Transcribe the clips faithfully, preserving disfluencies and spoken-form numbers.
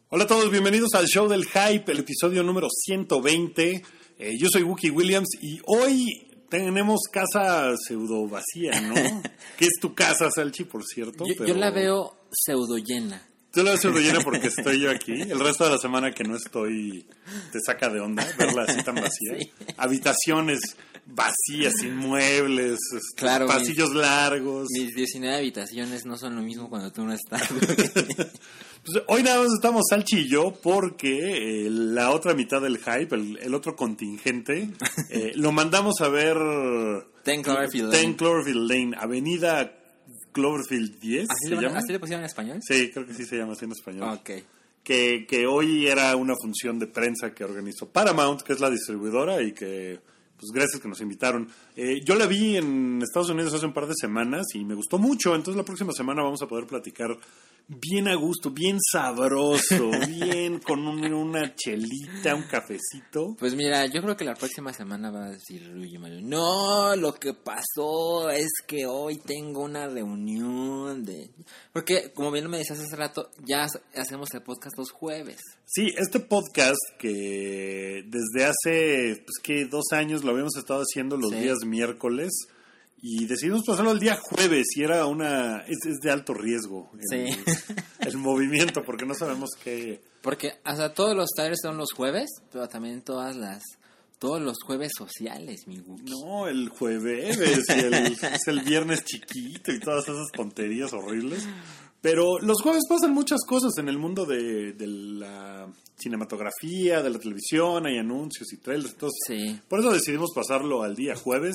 Hola a todos, bienvenidos al Show del Hype, el episodio número ciento veinte. Eh, yo soy Wookie Williams y hoy tenemos casa pseudo vacía, ¿no? ¿Qué es tu casa, Salchi, por cierto? Yo, Pero... yo la veo pseudo llena. Tú la ves pseudo llena porque estoy yo aquí. El resto de la semana que no estoy te saca de onda verla así tan vacía. Sí. Habitaciones vacías, sin muebles, claro, pasillos mis, largos. Mis diecinueve habitaciones no son lo mismo cuando tú no estás. Pues hoy nada más estamos Salchi y yo porque eh, la otra mitad del hype, el, el otro contingente, eh, lo mandamos a ver Ten Cloverfield Ten Cloverfield Lane, Avenida Cloverfield diez. ¿Así, le, ¿Así le pusieron en español? Sí, creo que sí se llama así en español. Ok. Que, que hoy era una función de prensa que organizó Paramount, que es la distribuidora, y que, pues gracias que nos invitaron. Eh, yo la vi en Estados Unidos hace un par de semanas y me gustó mucho, entonces la próxima semana vamos a poder platicar bien a gusto, bien sabroso, bien con un, una chelita, un cafecito. Pues mira, yo creo que la próxima semana va a decir Luigi Mario, no, lo que pasó es que hoy tengo una reunión de... Porque, como bien me decías hace rato, ya hacemos el podcast los jueves. Sí, este podcast que desde hace, pues que dos años lo habíamos estado haciendo los sí. días miércoles... Y decidimos pasarlo el día jueves y era una... Es, es de alto riesgo el, sí. el movimiento porque no sabemos qué... Porque hasta todos los talleres son los jueves, pero también todas las... Todos los jueves sociales, mi Guki. No, el jueves y el, es el viernes chiquito y todas esas tonterías horribles. Pero los jueves pasan muchas cosas en el mundo de, de la cinematografía, de la televisión, hay anuncios y trailers. Entonces, sí. Por eso decidimos pasarlo al día jueves.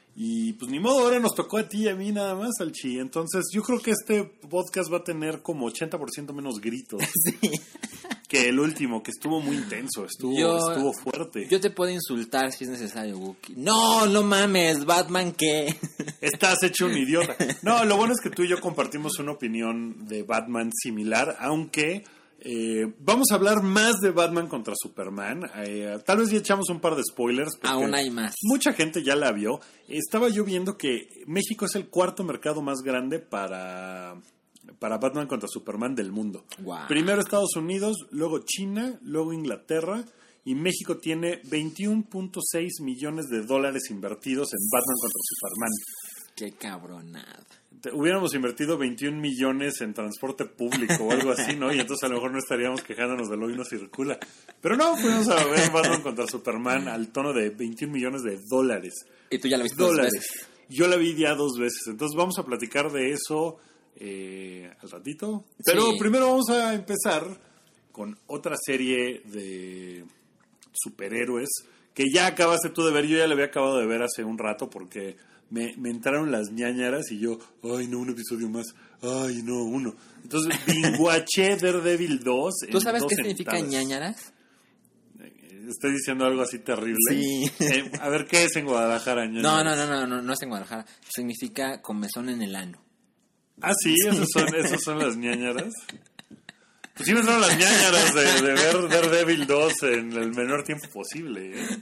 Y pues ni modo, ahora nos tocó a ti y a mí nada más, Alchi. Entonces yo creo que este podcast va a tener como ochenta por ciento menos gritos sí. que el último, que estuvo muy intenso, estuvo, yo, estuvo fuerte. Yo te puedo insultar si es necesario, Wookie. No, no mames, Batman, ¿qué? Estás hecho un idiota. No, lo bueno es que tú y yo compartimos una opinión de Batman similar, aunque... Eh, vamos a hablar más de Batman contra Superman. Eh, tal vez ya echamos un par de spoilers. Aún hay más. Mucha gente ya la vio. Estaba yo viendo que México es el cuarto mercado más grande para, para Batman contra Superman del mundo. Wow. Primero Estados Unidos, luego China, luego Inglaterra. Y México tiene veintiuno punto seis millones de dólares invertidos en Batman contra Superman. Qué cabronada. Hubiéramos invertido veintiún millones en transporte público o algo así, ¿no? Y entonces a lo mejor no estaríamos quejándonos del hoy no circula. Pero no, fuimos a ver Batman contra Superman al tono de veintiún millones de dólares. Y tú ya la viste dólares. dos veces. Yo la vi ya dos veces. Entonces vamos a platicar de eso eh, al ratito. Pero sí. Primero vamos a empezar con otra serie de superhéroes que ya acabaste tú de ver. Yo ya la había acabado de ver hace un rato porque... Me, me entraron las ñañaras y yo, ay no, un episodio más, ay no, uno. Entonces, binguaché Daredevil dos. ¿Tú sabes qué significa ñañaras? Estoy diciendo algo así terrible. Sí. Eh, a ver, ¿qué es en Guadalajara, ñañaras? No, no, no, no, no, no es en Guadalajara. Significa comezón en el ano. Ah, sí, esos son, esos son las ñañaras. Pues sí me entraron las ñañaras de, de ver Daredevil dos en el menor tiempo posible, ¿eh?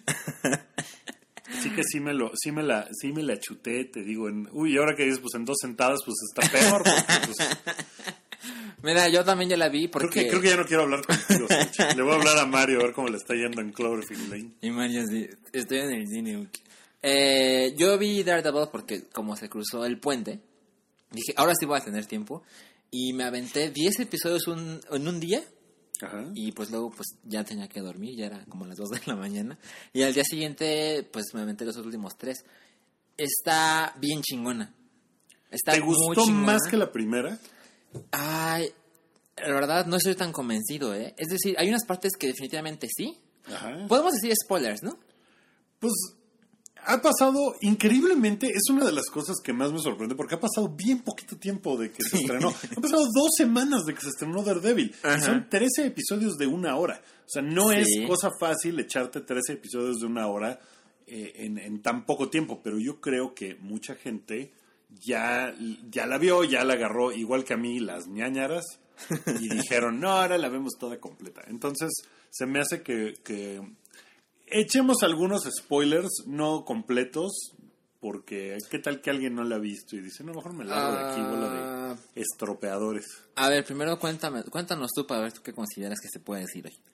Sí que sí me lo, sí me la, sí me la chuté, te digo, en, uy, y ahora que dices, pues en dos sentadas, pues está peor, porque, pues, mira, yo también ya la vi porque... Creo que, creo que ya no quiero hablar contigo, Sachi. Le voy a hablar a Mario a ver cómo le está yendo en Cloverfield Lane. Y Mario, sí, estoy en el cine. Eh, yo vi Daredevil porque como se cruzó el puente, dije, ahora sí voy a tener tiempo, y me aventé diez episodios un, en un día. Ajá. Y pues luego pues ya tenía que dormir, ya era como las dos de la mañana. Y al día siguiente pues me aventé los últimos tres. Está bien chingona. Está ¿Te gustó más que la primera? Ay, la verdad no estoy tan convencido, ¿eh? Es decir, hay unas partes que definitivamente sí. Ajá. Podemos decir spoilers, ¿no? Pues... Ha pasado, increíblemente, es una de las cosas que más me sorprende, porque ha pasado bien poquito tiempo de que se estrenó. Han pasado dos semanas de que se estrenó Daredevil. Y son trece episodios de una hora. O sea, no sí. es cosa fácil echarte trece episodios de una hora eh, en, en tan poco tiempo. Pero yo creo que mucha gente ya, ya la vio, ya la agarró, igual que a mí, las ñañaras. Y dijeron, no, ahora la vemos toda completa. Entonces, se me hace que... que echemos algunos spoilers, no completos, porque qué tal que alguien no la ha visto y dice, no, mejor me largo de aquí, bola de estropeadores. A ver, primero cuéntame, cuéntanos tú para ver tú qué consideras que se puede decir hoy.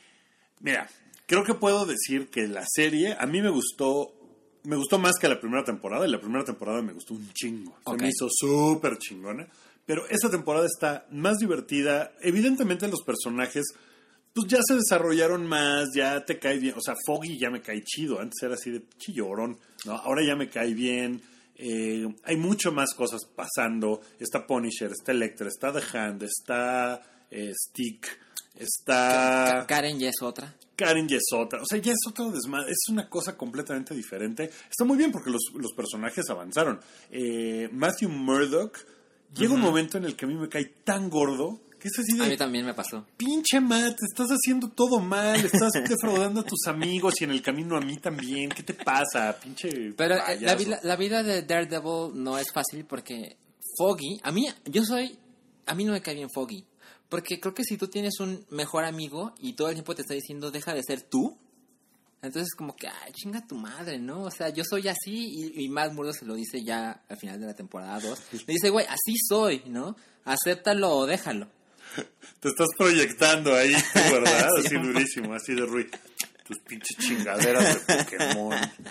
Mira, creo que puedo decir que la serie a mí me gustó, me gustó más que la primera temporada, y la primera temporada me gustó un chingo, se Okay. me hizo súper chingona, pero esta temporada está más divertida, evidentemente los personajes pues ya se desarrollaron más, ya te cae bien, o sea, Foggy ya me cae chido, antes era así de chillorón, ¿no? Ahora ya me cae bien, eh, hay mucho más cosas pasando, está Punisher, está Elektra, está The Hand, está eh, Stick, está... Ka- Karen ya es otra. Karen ya es otra, o sea, ya es otro desmadre, es una cosa completamente diferente. Está muy bien porque los, los personajes avanzaron. Eh, Matthew Murdock, llega uh-huh. un momento en el que a mí me cae tan gordo que es así de... A mí también me pasó. Pinche Matt, estás haciendo todo mal, estás defraudando a tus amigos y en el camino a mí también. ¿Qué te pasa, pinche Pero payaso? la vida, la vida de Daredevil no es fácil porque Foggy, a mí, yo soy, a mí no me cae bien Foggy. Porque creo que si tú tienes un mejor amigo y todo el tiempo te está diciendo deja de ser tú, entonces como que, ay, chinga tu madre, ¿no? O sea, yo soy así y, y Matt Murdock se lo dice ya al final de la temporada dos. Le dice, güey, así soy, ¿no? Acéptalo o déjalo. Te estás proyectando ahí, ¿verdad? Sí, así durísimo, así de Rui. Tus pinches chingaderas de Pokémon.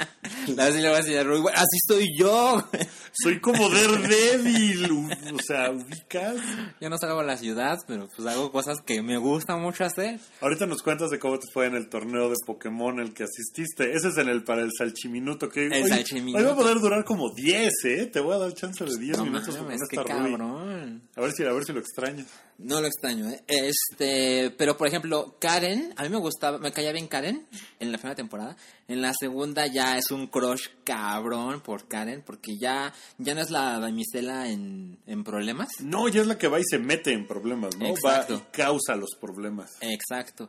Así le voy a decir a Rui, güey, así soy yo. Soy como Daredevil, o sea, ubicas. Yo no salgo a la ciudad, pero pues hago cosas que me gusta mucho hacer. Ahorita nos cuentas de cómo te fue en el torneo de Pokémon el que asististe. Ese es en el para el Salchiminuto. Que el hoy, Salchiminuto. Hoy va a poder durar como diez, ¿eh? Te voy a dar chance de diez no, minutos. Mames, con qué esta Rui. cabrón. A ver si, a ver si lo extrañas. No lo extraño, ¿eh? Este, pero por ejemplo, Karen, a mí me gustaba, me caía bien Karen en la primera temporada. En la segunda ya es un crush cabrón por Karen, porque ya, ya no es la damisela en, en problemas. No, ya es la que va y se mete en problemas, ¿no? Exacto. Va y causa los problemas. Exacto.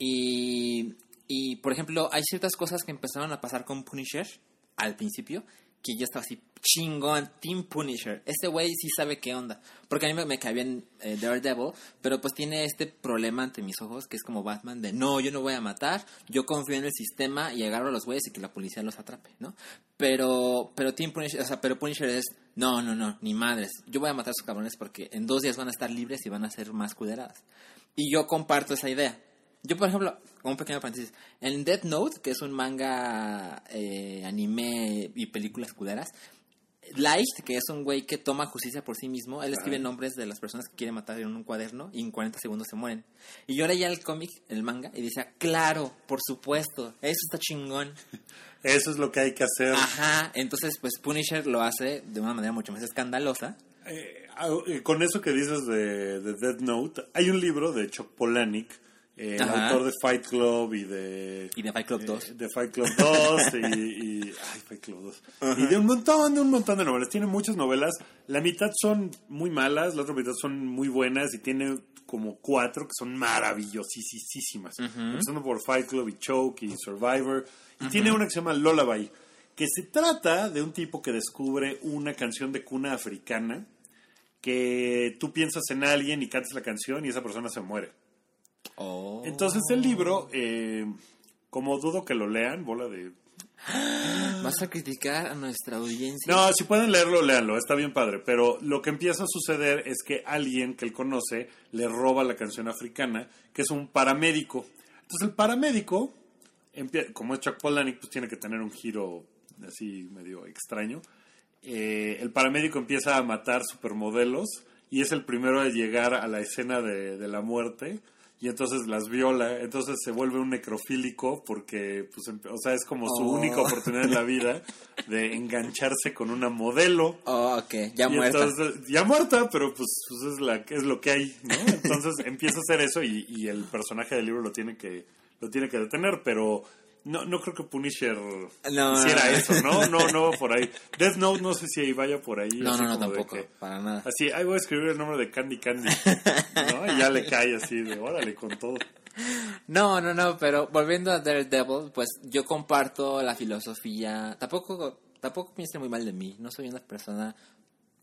Y, y, por ejemplo, hay ciertas cosas que empezaron a pasar con Punisher al principio, que yo estaba así, chingón, Team Punisher. Este güey sí sabe qué onda. Porque a mí me, me cae bien eh, Daredevil, pero pues tiene este problema ante mis ojos, que es como Batman, de no, yo no voy a matar, yo confío en el sistema y agarro a los güeyes y que la policía los atrape, ¿no? Pero, pero Team Punisher, o sea, pero Punisher es, no, no, no, ni madres. Yo voy a matar a esos cabrones porque en dos días van a estar libres y van a ser más culeradas. Y yo comparto esa idea. Yo, por ejemplo, un pequeño paréntesis, en Death Note, que es un manga, eh, anime y películas culeras, Light, que es un güey que toma justicia por sí mismo, él escribe nombres de las personas que quiere matar en un cuaderno y en cuarenta segundos se mueren. Y yo leía el cómic, el manga, y decía, claro, por supuesto, eso está chingón. Eso es lo que hay que hacer. Ajá, entonces pues Punisher lo hace de una manera mucho más escandalosa. Eh, con eso que dices de, de Death Note, hay un libro de Chuck Palahniuk, Eh, el Ajá. autor de Fight Club y de... Y de Fight Club dos. Eh, de Fight Club dos y, y... Ay, Fight Club dos. Ajá. Y de un montón, de un montón de novelas. Tiene muchas novelas. La mitad son muy malas, la otra mitad son muy buenas y tiene como cuatro que son maravillosísimas. Uh-huh. Empezando por Fight Club y Choke y Survivor. Y uh-huh. tiene una que se llama Lullaby, que se trata de un tipo que descubre una canción de cuna africana que tú piensas en alguien y cantas la canción y esa persona se muere. Oh. Entonces el libro, eh, como dudo que lo lean, bola de... ¿Vas a criticar a nuestra audiencia? No, si pueden leerlo, léanlo, está bien padre. Pero lo que empieza a suceder es que alguien que él conoce le roba la canción africana, que es un paramédico. Entonces el paramédico, como es Chuck Palahniuk, pues tiene que tener un giro así medio extraño. Eh, el paramédico empieza a matar supermodelos y es el primero a llegar a la escena de, de la muerte. Y entonces las viola, entonces se vuelve un necrofílico porque, pues, o sea, es como su oh. única oportunidad en la vida de engancharse con una modelo. Oh, ok, ya y muerta. Entonces, ya muerta, pero pues, pues es, la, es lo que hay, ¿no? Entonces empieza a hacer eso y, y el personaje del libro lo tiene que, lo tiene que detener, pero... No, no creo que Punisher no, hiciera no. eso, ¿no? No, no va por ahí. Death Note no sé si vaya por ahí. No, no, no, tampoco, que, para nada. Así, ahí voy a escribir el nombre de Candy Candy, ¿no? Y ya le cae así de, órale, con todo. No, no, no, pero volviendo a Daredevil, pues yo comparto la filosofía. Tampoco, tampoco piensen muy mal de mí. No soy una persona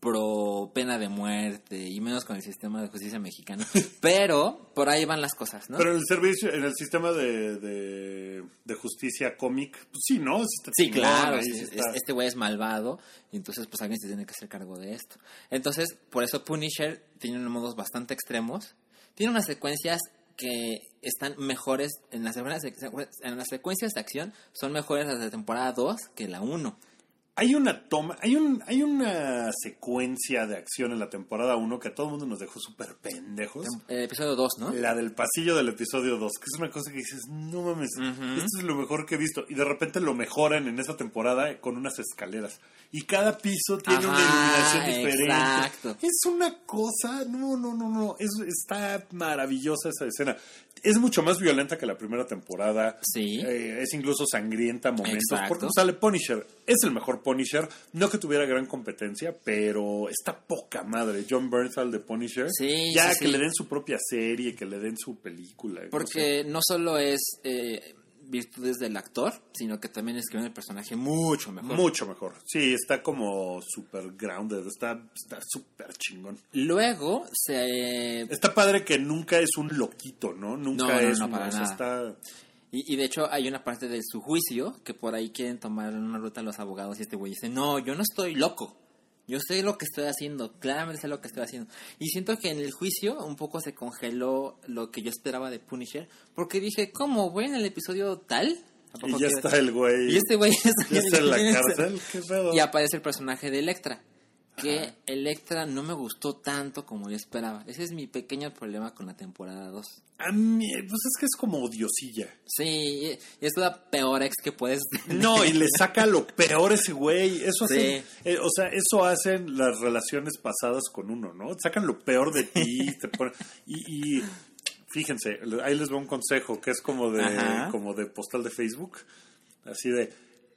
pro pena de muerte y menos con el sistema de justicia mexicano. Pero por ahí van las cosas, ¿no? Pero en el servicio, en el sistema de, de, de justicia cómic, pues sí, ¿no? Está sí, chingón, claro. ahí Sí, sí está. Este güey es malvado y entonces pues alguien se tiene que hacer cargo de esto. Entonces, por eso Punisher tiene unos modos bastante extremos. Tiene unas secuencias que están mejores en las, en las secuencias de acción, son mejores las de temporada dos que la uno. Hay una toma, hay un hay una secuencia de acción en la temporada uno que a todo el mundo nos dejó súper pendejos. El episodio dos, ¿no? La del pasillo del episodio dos, que es una cosa que dices, no mames, uh-huh. esto es lo mejor que he visto. Y de repente lo mejoran en esa temporada con unas escaleras. Y cada piso tiene Ajá, una iluminación diferente. Exacto. Es una cosa, no, no, no, no, es, está maravillosa esa escena. Es mucho más violenta que la primera temporada. Sí. Eh, es incluso sangrienta a momentos. Exacto. Porque sale Punisher. Es el mejor Punisher. No que tuviera gran competencia, pero está poca madre. John Bernthal de Punisher. Sí, ya sí, que sí. le den su propia serie, que le den su película. Porque no, sé. no solo es eh, virtudes del actor, sino que también escriben el personaje mucho mejor. Mucho mejor. Sí, está como super grounded. Está súper chingón. Luego se... Está padre que nunca es un loquito, ¿no? Nunca no, no, es no, un... para o sea, nada. está... Y, y de hecho hay una parte de su juicio que por ahí quieren tomar una ruta los abogados y este güey dice, no, yo no estoy loco. Yo sé lo que estoy haciendo, claramente sé lo que estoy haciendo. Y siento que en el juicio un poco se congeló lo que yo esperaba de Punisher, porque dije, ¿cómo, güey, en el episodio tal? Y ya que... está el güey. Y este güey ya está en la cárcel. ¿Qué pedo? Y aparece el personaje de Electra, que Ajá. Electra no me gustó tanto como yo esperaba. Ese es mi pequeño problema con la temporada dos. A mí, pues es que es como odiosilla. Sí, y es la peor ex que puedes tener. No, y le saca lo peor ese güey. Eso sí. hace, eh, o sea, eso hacen las relaciones pasadas con uno, ¿no? Sacan lo peor de ti, te ponen, y, y fíjense, ahí les doy un consejo que es como de, Ajá. como de postal de Facebook, así de,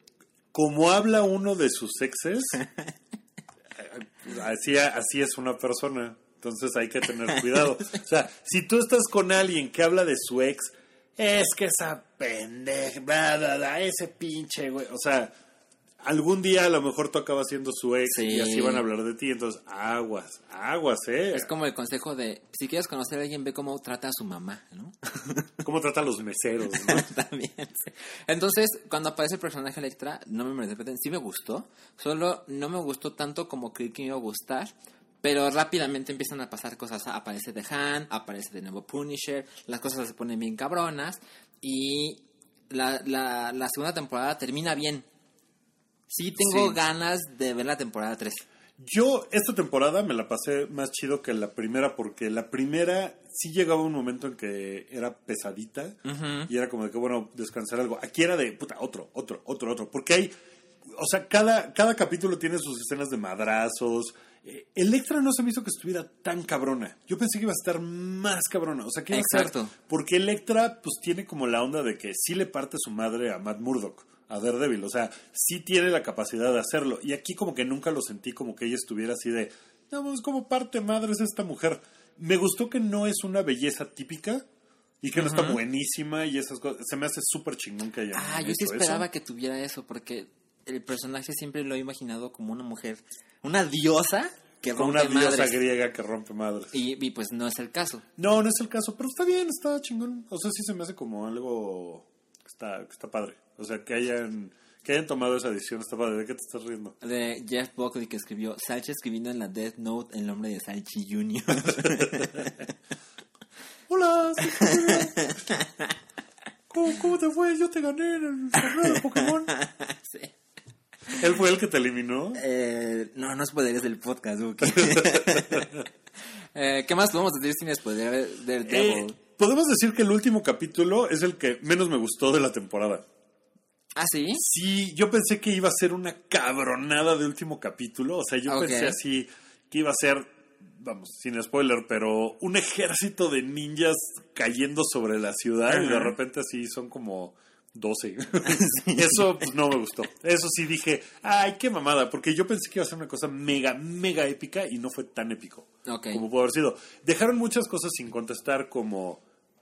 como habla uno de sus exes, así, así es una persona. Entonces hay que tener cuidado. O sea, si tú estás con alguien que habla de su ex, es que esa pendeja, bla, bla, bla, ese pinche güey. O sea, algún día a lo mejor tú acabas siendo su ex sí. y así van a hablar de ti. Entonces, aguas, aguas, ¿eh? Es como el consejo de, si quieres conocer a alguien, ve cómo trata a su mamá, ¿no? Cómo trata a los meseros, ¿no? También, sí. Entonces, cuando aparece el personaje Electra, no me malinterpreten, sí me gustó. Solo no me gustó tanto como creí que me iba a gustar. Pero rápidamente empiezan a pasar cosas. Aparece The Hand, aparece de nuevo Punisher, las cosas se ponen bien cabronas y la, la, la segunda temporada termina bien. Sí tengo sí. ganas de ver la temporada tres. Yo esta temporada me la pasé más chido que la primera porque la primera sí llegaba un momento en que era pesadita uh-huh. y era como de que, bueno, descansar algo. Aquí era de, puta, otro, otro, otro, otro. Porque hay, o sea, cada, cada capítulo tiene sus escenas de madrazos. Electra no se me hizo que estuviera tan cabrona. Yo pensé que iba a estar más cabrona. O sea, que iba Exacto. a estar, porque Electra pues tiene como la onda de que sí le parte su madre a Matt Murdock, a Daredevil. O sea, sí tiene la capacidad de hacerlo. Y aquí como que nunca lo sentí como que ella estuviera así de, no, pues como parte madre es esta mujer. Me gustó que no es una belleza típica y que uh-huh. no está buenísima y esas cosas. Se me hace súper chingón que haya Ah, yo sí esperaba eso. que tuviera eso porque el personaje siempre lo he imaginado como una mujer, una diosa que rompe madres. Una diosa madres. griega que rompe madres. Y, y pues no es el caso. No, no es el caso, pero está bien, está chingón. O sea, sí se me hace como algo que está, que está padre. O sea, que hayan, que hayan tomado esa decisión, está padre. ¿De qué te estás riendo? De Jeff Buckley que escribió, Salchi escribiendo en la Death Note el nombre de Salchi junior Hola, ¿Cómo, ¿Cómo te fue? Yo te gané en el torneo de Pokémon. Sí. ¿Él fue el que te eliminó? Eh, no, no es poderes del podcast, okay. eh, ¿Qué más podemos decir sin spoiler del Devil? Eh, podemos decir que el último capítulo es el que menos me gustó de la temporada. ¿Ah, sí? Sí, yo pensé que iba a ser una cabronada de último capítulo. O sea, yo okay. pensé así que iba a ser, vamos, sin spoiler, pero un ejército de ninjas cayendo sobre la ciudad. Uh-huh. Y de repente así son como doce. Sí. Eso pues, no me gustó. Eso sí dije, ay, qué mamada, porque yo pensé que iba a ser una cosa mega, mega épica y no fue tan épico okay. como pudo haber sido. Dejaron muchas cosas sin contestar como, ¿qué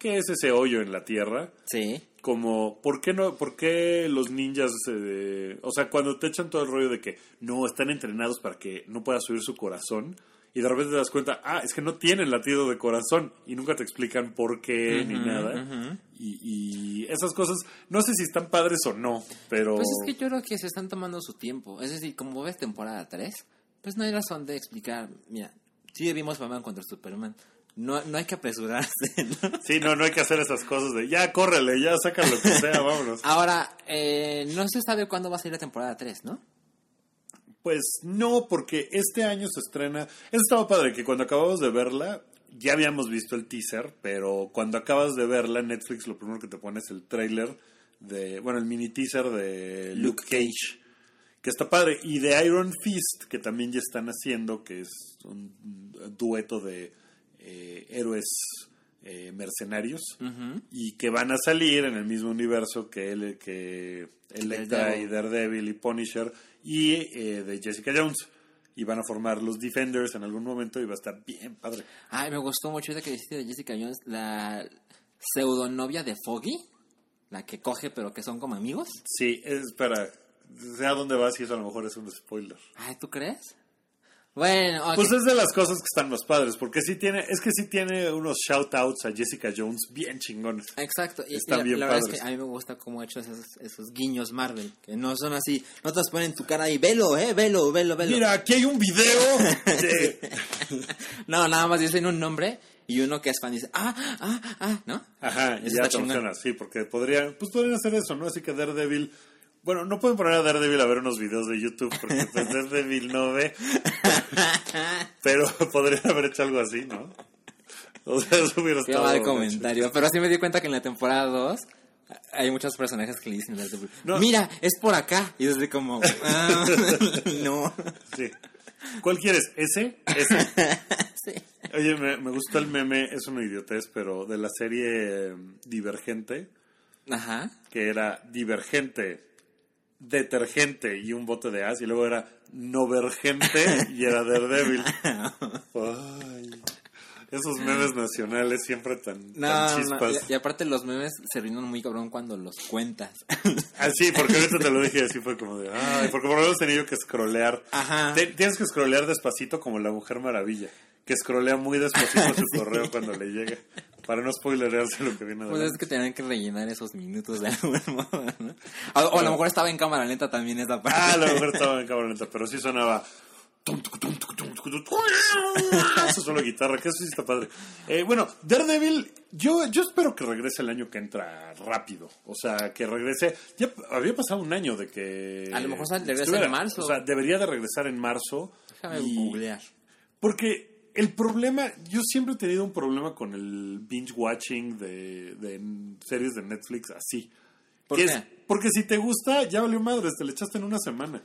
¿qué es ese hoyo en la tierra? Sí. Como, ¿por qué no, por qué los ninjas, eh, o sea, cuando te echan todo el rollo de que no, están entrenados para que no pueda subir su corazón, y de repente te das cuenta, ah, es que no tienen latido de corazón, y nunca te explican por qué uh-huh, ni nada, uh-huh. y, y esas cosas, no sé si están padres o no, pero... Pues es que yo creo que se están tomando su tiempo, es decir, como ves temporada tres, pues no hay razón de explicar, mira, sí vimos Batman contra Superman, No, no hay que apresurarse, ¿no? Sí, no, no hay que hacer esas cosas de ya, córrele, ya, saca lo que sea, vámonos. Ahora, eh, no se sabe cuándo va a salir la temporada tres, ¿no? Pues no, porque este año se estrena... Eso estaba padre, que cuando acabamos de verla, ya habíamos visto el teaser, pero cuando acabas de verla, Netflix lo primero que te pone es el tráiler de... Bueno, el mini teaser de Luke Cage, que está padre. Y de Iron Fist, que también ya están haciendo, que es un dueto de... Eh, héroes eh, mercenarios uh-huh. y que van a salir en el mismo universo que él, que Elektra y Daredevil y Punisher y eh, de Jessica Jones, y van a formar los Defenders en algún momento y va a estar bien padre. Ay, me gustó mucho de que dijiste de Jessica Jones, la pseudonovia de Foggy, la que coge pero que son como amigos. Sí, espera, sé a dónde vas y eso a lo mejor es un spoiler. Ay, ¿tú crees? Bueno, okay. Pues es de las cosas que están más padres, porque sí tiene, es que sí tiene unos shout-outs a Jessica Jones bien chingones. Exacto, y, están y la, bien la padres. verdad es que a mí me gusta cómo ha hecho esos, esos guiños Marvel, que no son así, no te los ponen en tu cara y velo, eh, velo, velo, velo. Mira, aquí hay un video de... No, nada más dicen un nombre y uno que es fan dice, ah, ah, ah, ¿no? Ajá, y ya funciona, sí, porque podrían, pues podrían hacer eso, ¿no? Así que Daredevil... Bueno, no pueden poner a Daredevil a ver unos videos de YouTube porque pues Daredevil no ve. Pero podrían haber hecho algo así, ¿no? O sea, eso hubiera Qué estado... mal comentario. Pero sí me di cuenta que en la temporada dos hay muchos personajes que le dicen a Daredevil, no. Mira, es por acá. Y es de como, ah, no. Sí. ¿Cuál quieres? ¿Ese? ¿Ese? Sí. Oye, me, me gustó el meme, es una idiotez, pero de la serie eh, Divergente. Ajá. Que era Divergente, detergente y un bote de as, y luego era novergente y era Daredevil. Ay, esos memes nacionales siempre tan, no, tan chispas. No. Y, y aparte los memes se rinden muy cabrón cuando los cuentas. Ah, sí, porque ahorita te lo dije así, fue como de, ay, porque por lo menos tenía yo que scrollear. Ajá. Te, tienes que scrollear despacito como la Mujer Maravilla, que scrollea muy despacito su sí. correo cuando le llega. Para no spoilerearse lo que viene adelante. Pues es que tenían que rellenar esos minutos de algún modo, ¿no? O, o a lo mejor estaba en cámara lenta también esa parte. Ah, a lo mejor estaba en cámara lenta, pero sí sonaba... Eso solo guitarra, que eso sí está padre. Eh, bueno, Daredevil, yo, yo espero que regrese el año que entra rápido. O sea, que regrese... Ya había pasado un año de que... A lo mejor regresa en marzo. O sea, debería de regresar en marzo. Déjame y... googlear. Porque... El problema, yo siempre he tenido un problema con el binge watching de, de series de Netflix así. ¿Por qué? Es, porque si te gusta, ya valió madres, te le echaste en una semana.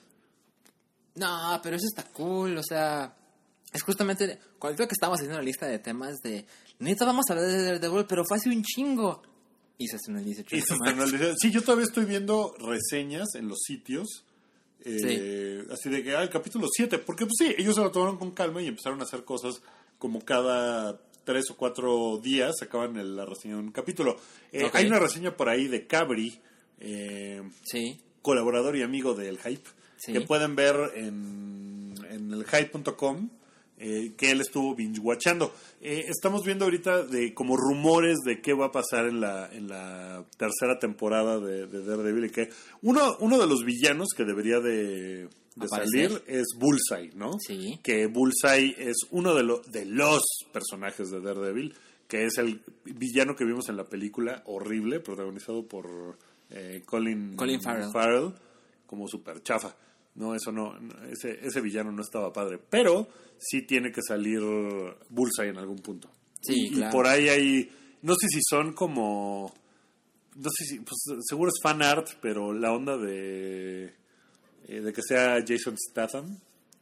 No, pero eso está cool, o sea, es justamente, cuando creo que estábamos haciendo una lista de temas de, neta, vamos a hablar de Daredevil, pero fue hace un chingo. Y se estrenó el dieciocho de marzo. Sí, yo todavía estoy viendo reseñas en los sitios. Eh, sí. Así de que, ah, el capítulo siete, porque pues sí, ellos se lo tomaron con calma y empezaron a hacer cosas como cada tres o cuatro días sacaban el, la reseña de un capítulo. Eh, okay. Hay una reseña por ahí de Cabri, eh, sí. colaborador y amigo del Hype, sí. que pueden ver en, en el hype punto com, eh, que él estuvo binge-watchando. Eh, estamos viendo ahorita de como rumores de qué va a pasar en la, en la tercera temporada de, de Daredevil, y que uno, uno de los villanos que debería de, de salir es Bullseye, ¿no? Sí. Que Bullseye es uno de, lo, de los personajes de Daredevil, que es el villano que vimos en la película horrible, protagonizado por eh, Colin, Colin Farrell. Farrell, como super chafa. No, eso no, ese, ese villano no estaba padre, pero sí tiene que salir Bullseye en algún punto. Sí, y, claro. Y por ahí hay, no sé si son como, no sé si, pues seguro es fan art, pero la onda de, eh, de que sea Jason Statham.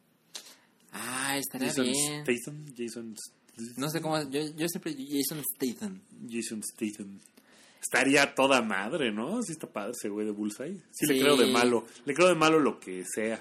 Ah, estaría Jason bien. Statham, Jason Statham. No sé cómo, yo, yo siempre Jason Statham. Jason Statham. Estaría toda madre, ¿no? Sí está padre ese güey de Bullseye. Sí, sí, le creo de malo. Le creo de malo lo que sea.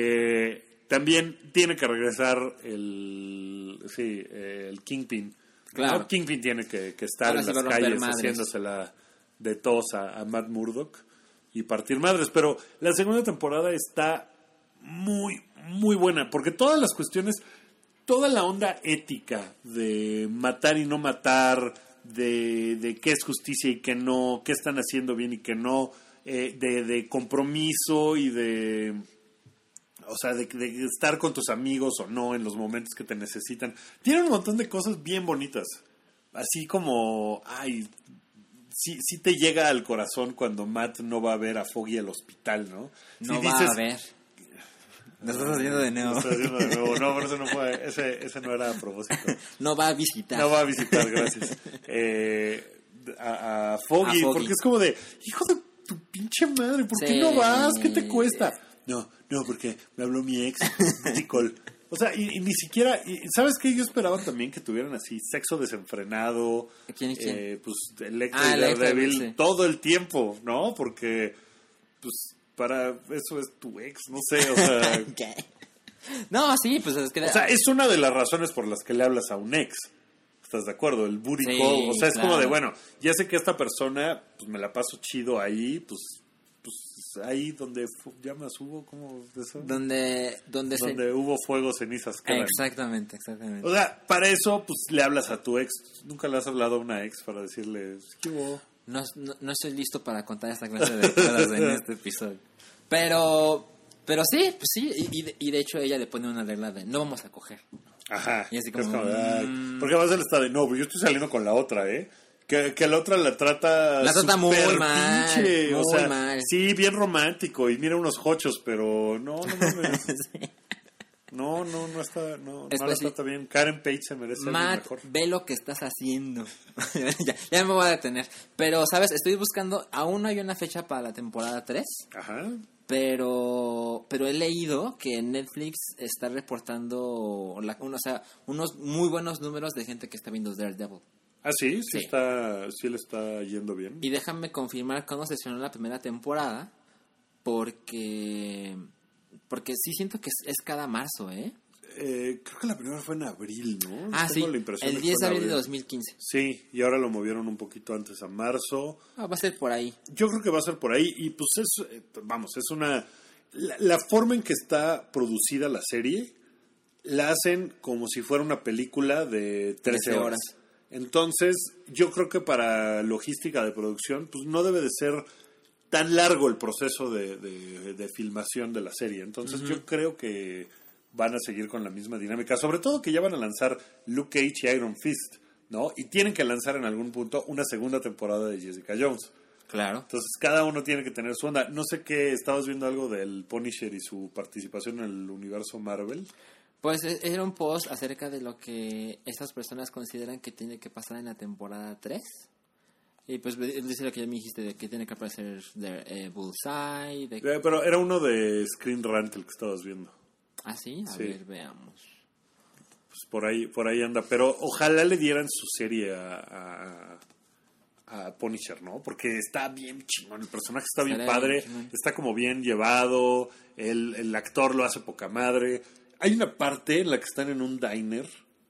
Eh, también tiene que regresar el... Sí, eh, el Kingpin. Claro. ¿no? Kingpin tiene que, que estar Ahora en sí las va a romper calles madres. haciéndosela de tos a, a Matt Murdock y partir madres. Pero la segunda temporada está muy, muy buena, porque todas las cuestiones, toda la onda ética de matar y no matar, de, de qué es justicia y qué no, qué están haciendo bien y qué no, eh, de, de compromiso y de... O sea, de, de estar con tus amigos o no en los momentos que te necesitan. Tiene un montón de cosas bien bonitas. Así como, ay, sí, sí te llega al corazón cuando Matt no va a ver a Foggy al hospital, ¿no? No sí va dices, a ver. Lo estás haciendo de nuevo. Lo estás haciendo de nuevo. No, pero ese no fue, ese, ese no era a propósito. No va a visitar. No va a visitar, gracias. Eh, a, a, Foggy, A Foggy. porque es como de, hijo de tu pinche madre, ¿por Sí. qué no vas? ¿Qué te cuesta? No, no, porque me habló mi ex, Nicole. O sea, y, y ni siquiera, y, ¿sabes qué? Yo esperaba también que tuvieran así sexo desenfrenado. ¿Quién y quién? Eh, pues Electro Ah, y Electro, Daredevil sí. todo el tiempo, ¿no? Porque, pues, para eso es tu ex, no sé, o sea... ¿Qué? No, sí, pues es que... O sea, es una de las razones por las que le hablas a un ex. ¿Estás de acuerdo? El booty Sí, call. O sea, es claro. como de, bueno, ya sé que esta persona, pues me la paso chido ahí, pues, pues ahí donde fu- llamas hubo, ¿cómo es eso? Donde, donde, se... Donde hubo fuego, cenizas quedan. Exactamente, exactamente. O sea, para eso, pues le hablas a tu ex. Nunca le has hablado a una ex para decirle, ¿qué hubo? No, no, no estoy listo para contar esta clase de cosas en este episodio. Pero, pero sí, pues sí, y, y de, y de hecho ella le pone una regla de no vamos a coger. Ajá. Y así Es como, de, ay, mm. porque además él está de, no, pero yo estoy saliendo con la otra, ¿eh? Que, que la otra la trata La trata muy súper mal, pinche, o muy sea, mal. sí, bien romántico y mira unos jochos, pero no, no mames. Sí. No, no, no está, no, Es no la que sí. trata bien. Karen Page se merece algo Matt, mejor. ve lo que estás haciendo. ya, ya me voy a detener. Pero, ¿sabes? Estoy buscando, aún no hay una fecha para la temporada tres. Ajá. Pero, pero he leído que Netflix está reportando la, uno, o sea, unos muy buenos números de gente que está viendo Daredevil. Ah, sí, sí, Sí. está, sí le está yendo bien. Y déjame confirmar cuándo se estrenó la primera temporada, porque porque sí siento que es, es cada marzo, ¿eh? Eh, creo que la primera fue en abril, ¿no? Ah, Tengo sí, la impresión el que diez de fue en abril de dos mil quince. Sí, y ahora lo movieron un poquito antes a marzo. Ah, va a ser por ahí. Yo creo que va a ser por ahí y pues es, eh, vamos, es una... La, la forma en que está producida la serie la hacen como si fuera una película de trece horas. Entonces, yo creo que para logística de producción, pues no debe de ser tan largo el proceso de, de, de filmación de la serie. Entonces, uh-huh. yo creo que van a seguir con la misma dinámica. Sobre todo que ya van a lanzar Luke Cage y Iron Fist, ¿no? Y tienen que lanzar en algún punto una segunda temporada de Jessica Jones. Claro. Entonces, cada uno tiene que tener su onda. No sé qué, ¿estabas viendo algo del Punisher y su participación en el universo Marvel? Pues era un post acerca de lo que estas personas consideran que tiene que pasar en la temporada tres. Y pues dice lo que ya me dijiste, de que tiene que aparecer de, eh, Bullseye. De... Eh, pero era uno de Screen Rant el que estabas viendo. ¿Ah, sí? A sí. ver, veamos. Pues por ahí, por ahí anda. Pero ojalá le dieran su serie a, a, a Punisher, ¿no? Porque está bien chingón. El personaje está bien Estaré padre. Bien, está como bien llevado. El, el actor lo hace poca madre. Hay una parte en la que están en un diner,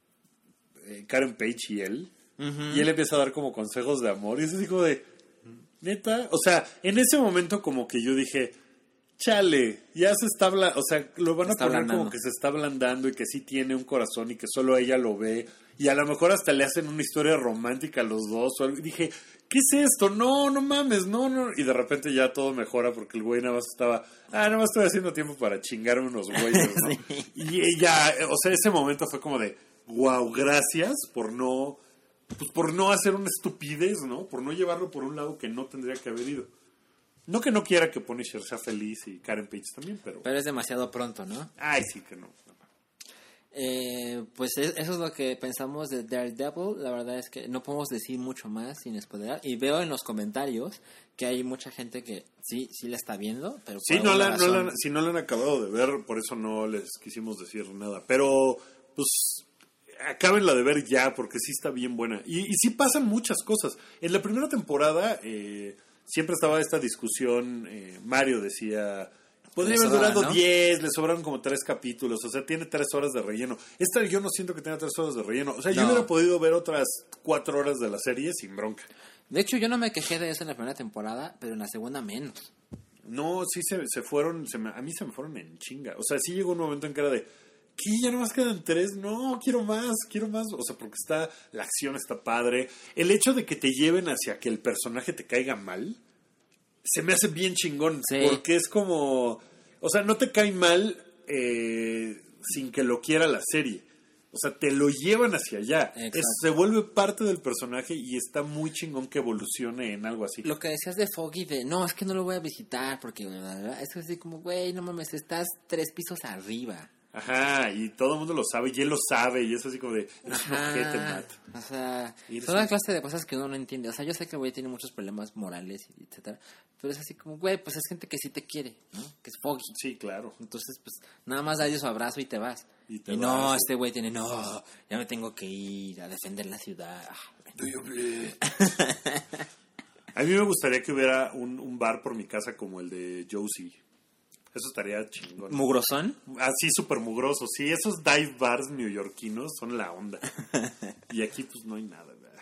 eh, Karen Page y él, uh-huh. y él empieza a dar como consejos de amor, y es así como de, neta, o sea, en ese momento como que yo dije, chale, ya se está hablando, o sea, lo van a poner ablandando. Como que se está ablandando y que sí tiene un corazón y que solo ella lo ve, y a lo mejor hasta le hacen una historia romántica a los dos, o algo, y dije, ¿qué es esto? No, no mames, no, no. Y de repente ya todo mejora porque el güey nada más estaba, ah, nada más estoy haciendo tiempo para chingarme unos güeyes, ¿no? Sí. Y ella, o sea, ese momento fue como de, wow, gracias por no, pues por no hacer una estupidez, ¿no? Por no llevarlo por un lado que no tendría que haber ido. No que no quiera que Punisher sea feliz y Karen Page también, pero... Pero es demasiado pronto, ¿no? Ay, sí que no. Eh, pues eso es lo que pensamos de Daredevil. La verdad es que no podemos decir mucho más sin spoilear. Y veo en los comentarios que hay mucha gente que sí, sí la está viendo, pero sí, no la, no la, si no la han acabado de ver, por eso no les quisimos decir nada. Pero, pues, acábenla de ver ya, porque sí está bien buena. Y, y sí pasan muchas cosas. En la primera temporada eh, siempre estaba esta discusión. Eh, Mario decía Podría haber durado diez, ¿no? Le sobraron como tres capítulos, o sea, tiene tres horas de relleno. Esta yo no siento que tenga tres horas de relleno. O sea, no. Yo hubiera podido ver otras cuatro horas de la serie sin bronca. De hecho, yo no me quejé de eso en la primera temporada, pero en la segunda menos. No, sí se, se fueron, se me, a mí se me fueron en chinga. O sea, sí llegó un momento en que era de, ¿qué? ¿Ya nomás quedan tres? No, quiero más, quiero más. O sea, porque está, la acción está padre. El hecho de que te lleven hacia que el personaje te caiga mal, se me hace bien chingón. Sí. Porque es como, o sea, no te cae mal eh, sin que lo quiera la serie. O sea, te lo llevan hacia allá. Es, se vuelve parte del personaje y está muy chingón que evolucione en algo así. Lo que decías de Foggy, de no, es que no lo voy a visitar porque es así como, güey, no mames, estás tres pisos arriba. Ajá, y todo el mundo lo sabe, y él lo sabe, y es así como de, es un ojete, Matt. O sea, son una clase de cosas que uno no entiende. O sea, yo sé que el güey tiene muchos problemas morales, etcétera, pero es así como, güey, pues es gente que sí te quiere, ¿no? Que es Foggy. Sí, claro. Entonces, pues, nada más dale su abrazo y te vas. Y, te y vas. No, este güey tiene, no, ya me tengo que ir a defender la ciudad. Do you bleed? A mí me gustaría que hubiera un, un bar por mi casa como el de Josie. Eso estaría chingón. ¿Mugrosón? Así, súper mugroso. Sí, esos dive bars neoyorquinos son la onda. Y aquí, pues, no hay nada, ¿verdad?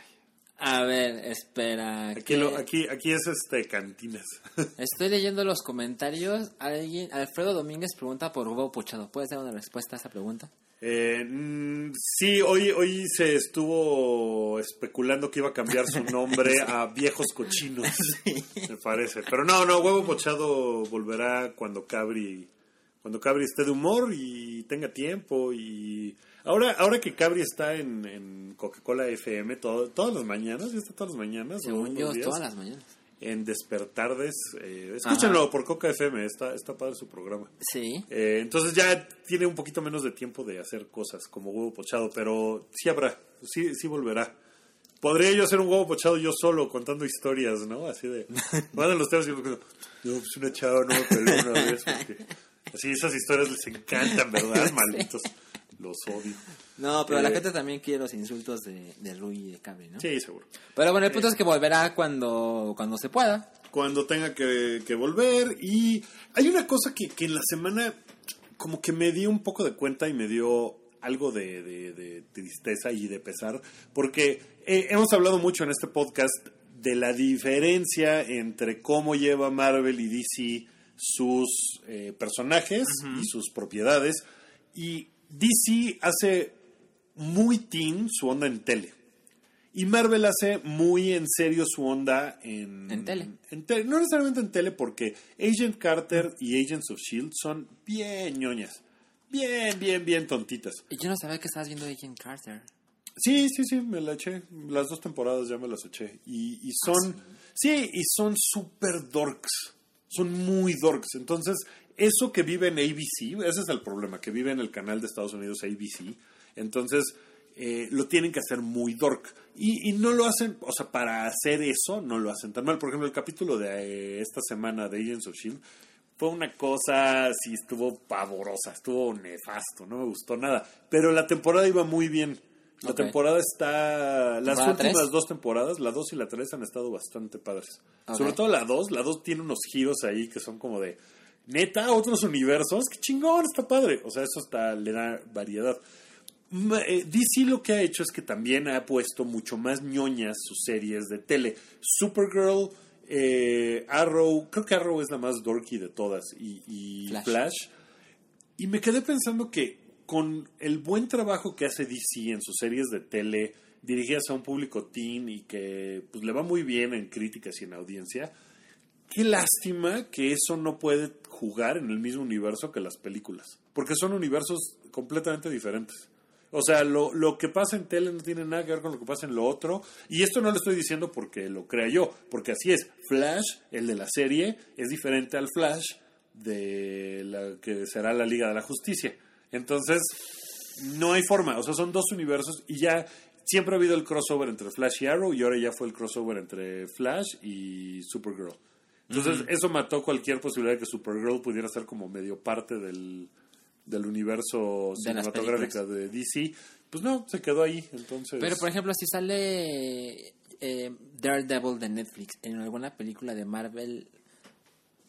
A ver, espera. Aquí, lo, aquí, aquí es este cantinas. Estoy leyendo los comentarios. Alguien, Alfredo Domínguez pregunta por huevo pochado. ¿Puedes dar una respuesta a esa pregunta? Eh, mm, sí, hoy, hoy se estuvo especulando que iba a cambiar su nombre sí. a Viejos Cochinos, sí. Me parece. Pero no, no, Huevo Pochado volverá cuando Cabri, cuando Cabri esté de humor y tenga tiempo. Y ahora, ahora que Cabri está en, en Coca-Cola F M todo, todas las mañanas, ya está todas las mañanas. Según yo, todas las mañanas. En Despertardes, eh, escúchenlo Ajá. por Coca F M, está, está padre su programa. Sí. Eh, entonces ya tiene un poquito menos de tiempo de hacer cosas como Huevo Pochado, pero sí habrá, sí, sí volverá. Podría yo hacer un Huevo Pochado yo solo contando historias, ¿no? Así de, mandan los temas y yo, no, pues una chava no me peló una vez, porque así esas historias les encantan, ¿verdad? Malditos. Los odio. No, pero eh, la gente también quiere los insultos de, de Rui y de Cabri, ¿no? Sí, seguro. Pero bueno, el punto eh, es que volverá cuando, cuando se pueda. Cuando tenga que, que volver. Y hay una cosa que, que en la semana como que me dio un poco de cuenta y me dio algo de, de, de tristeza y de pesar. Porque eh, hemos hablado mucho en este podcast de la diferencia entre cómo lleva Marvel y D C sus eh, personajes uh-huh. y sus propiedades. Y D C hace muy teen su onda en tele. Y Marvel hace muy en serio su onda en... En tele. En te- no necesariamente en tele, porque Agent Carter y Agents of S H I E L D son bien ñoñas. Bien, bien, bien tontitas. Y yo no sabía que estabas viendo Agent Carter. Sí, sí, sí, me la eché. Las dos temporadas ya me las eché. Y, y son... Ah, sí. sí, y son super dorks. Son muy dorks. Entonces... Eso que vive en A B C, ese es el problema, que vive en el canal de Estados Unidos A B C, entonces eh, lo tienen que hacer muy dork. Y, y no lo hacen, o sea, para hacer eso no lo hacen tan mal. Por ejemplo, el capítulo de eh, esta semana de Agents of S H I E L D fue una cosa, sí, estuvo pavorosa, estuvo nefasto, no me gustó nada. Pero la temporada iba muy bien. La okay. temporada está... Las últimas tres? dos temporadas, la dos y la tres han estado bastante padres. Okay. Sobre todo la dos, la dos tiene unos giros ahí que son como de... Neta, otros universos, qué chingón, está padre. O sea, eso está, le da variedad. D C lo que ha hecho es que también ha puesto mucho más ñoñas sus series de tele. Supergirl, eh, Arrow, creo que Arrow es la más dorky de todas, y, y Flash. Flash. Y me quedé pensando que con el buen trabajo que hace D C en sus series de tele, dirigidas a un público teen y que pues, le va muy bien en críticas y en audiencia... Qué lástima que eso no puede jugar en el mismo universo que las películas. Porque son universos completamente diferentes. O sea, lo, lo que pasa en tele no tiene nada que ver con lo que pasa en lo otro. Y esto no lo estoy diciendo porque lo crea yo. Porque así es. Flash, el de la serie, es diferente al Flash de la que será la Liga de la Justicia. Entonces, no hay forma. O sea, son dos universos y ya... Siempre ha habido el crossover entre Flash y Arrow y ahora ya fue el crossover entre Flash y Supergirl. Entonces, uh-huh. eso mató cualquier posibilidad de que Supergirl pudiera ser como medio parte del, del universo de cinematográfico de D C. Pues no, se quedó ahí, entonces... Pero, por ejemplo, si sale eh, Daredevil de Netflix en alguna película de Marvel,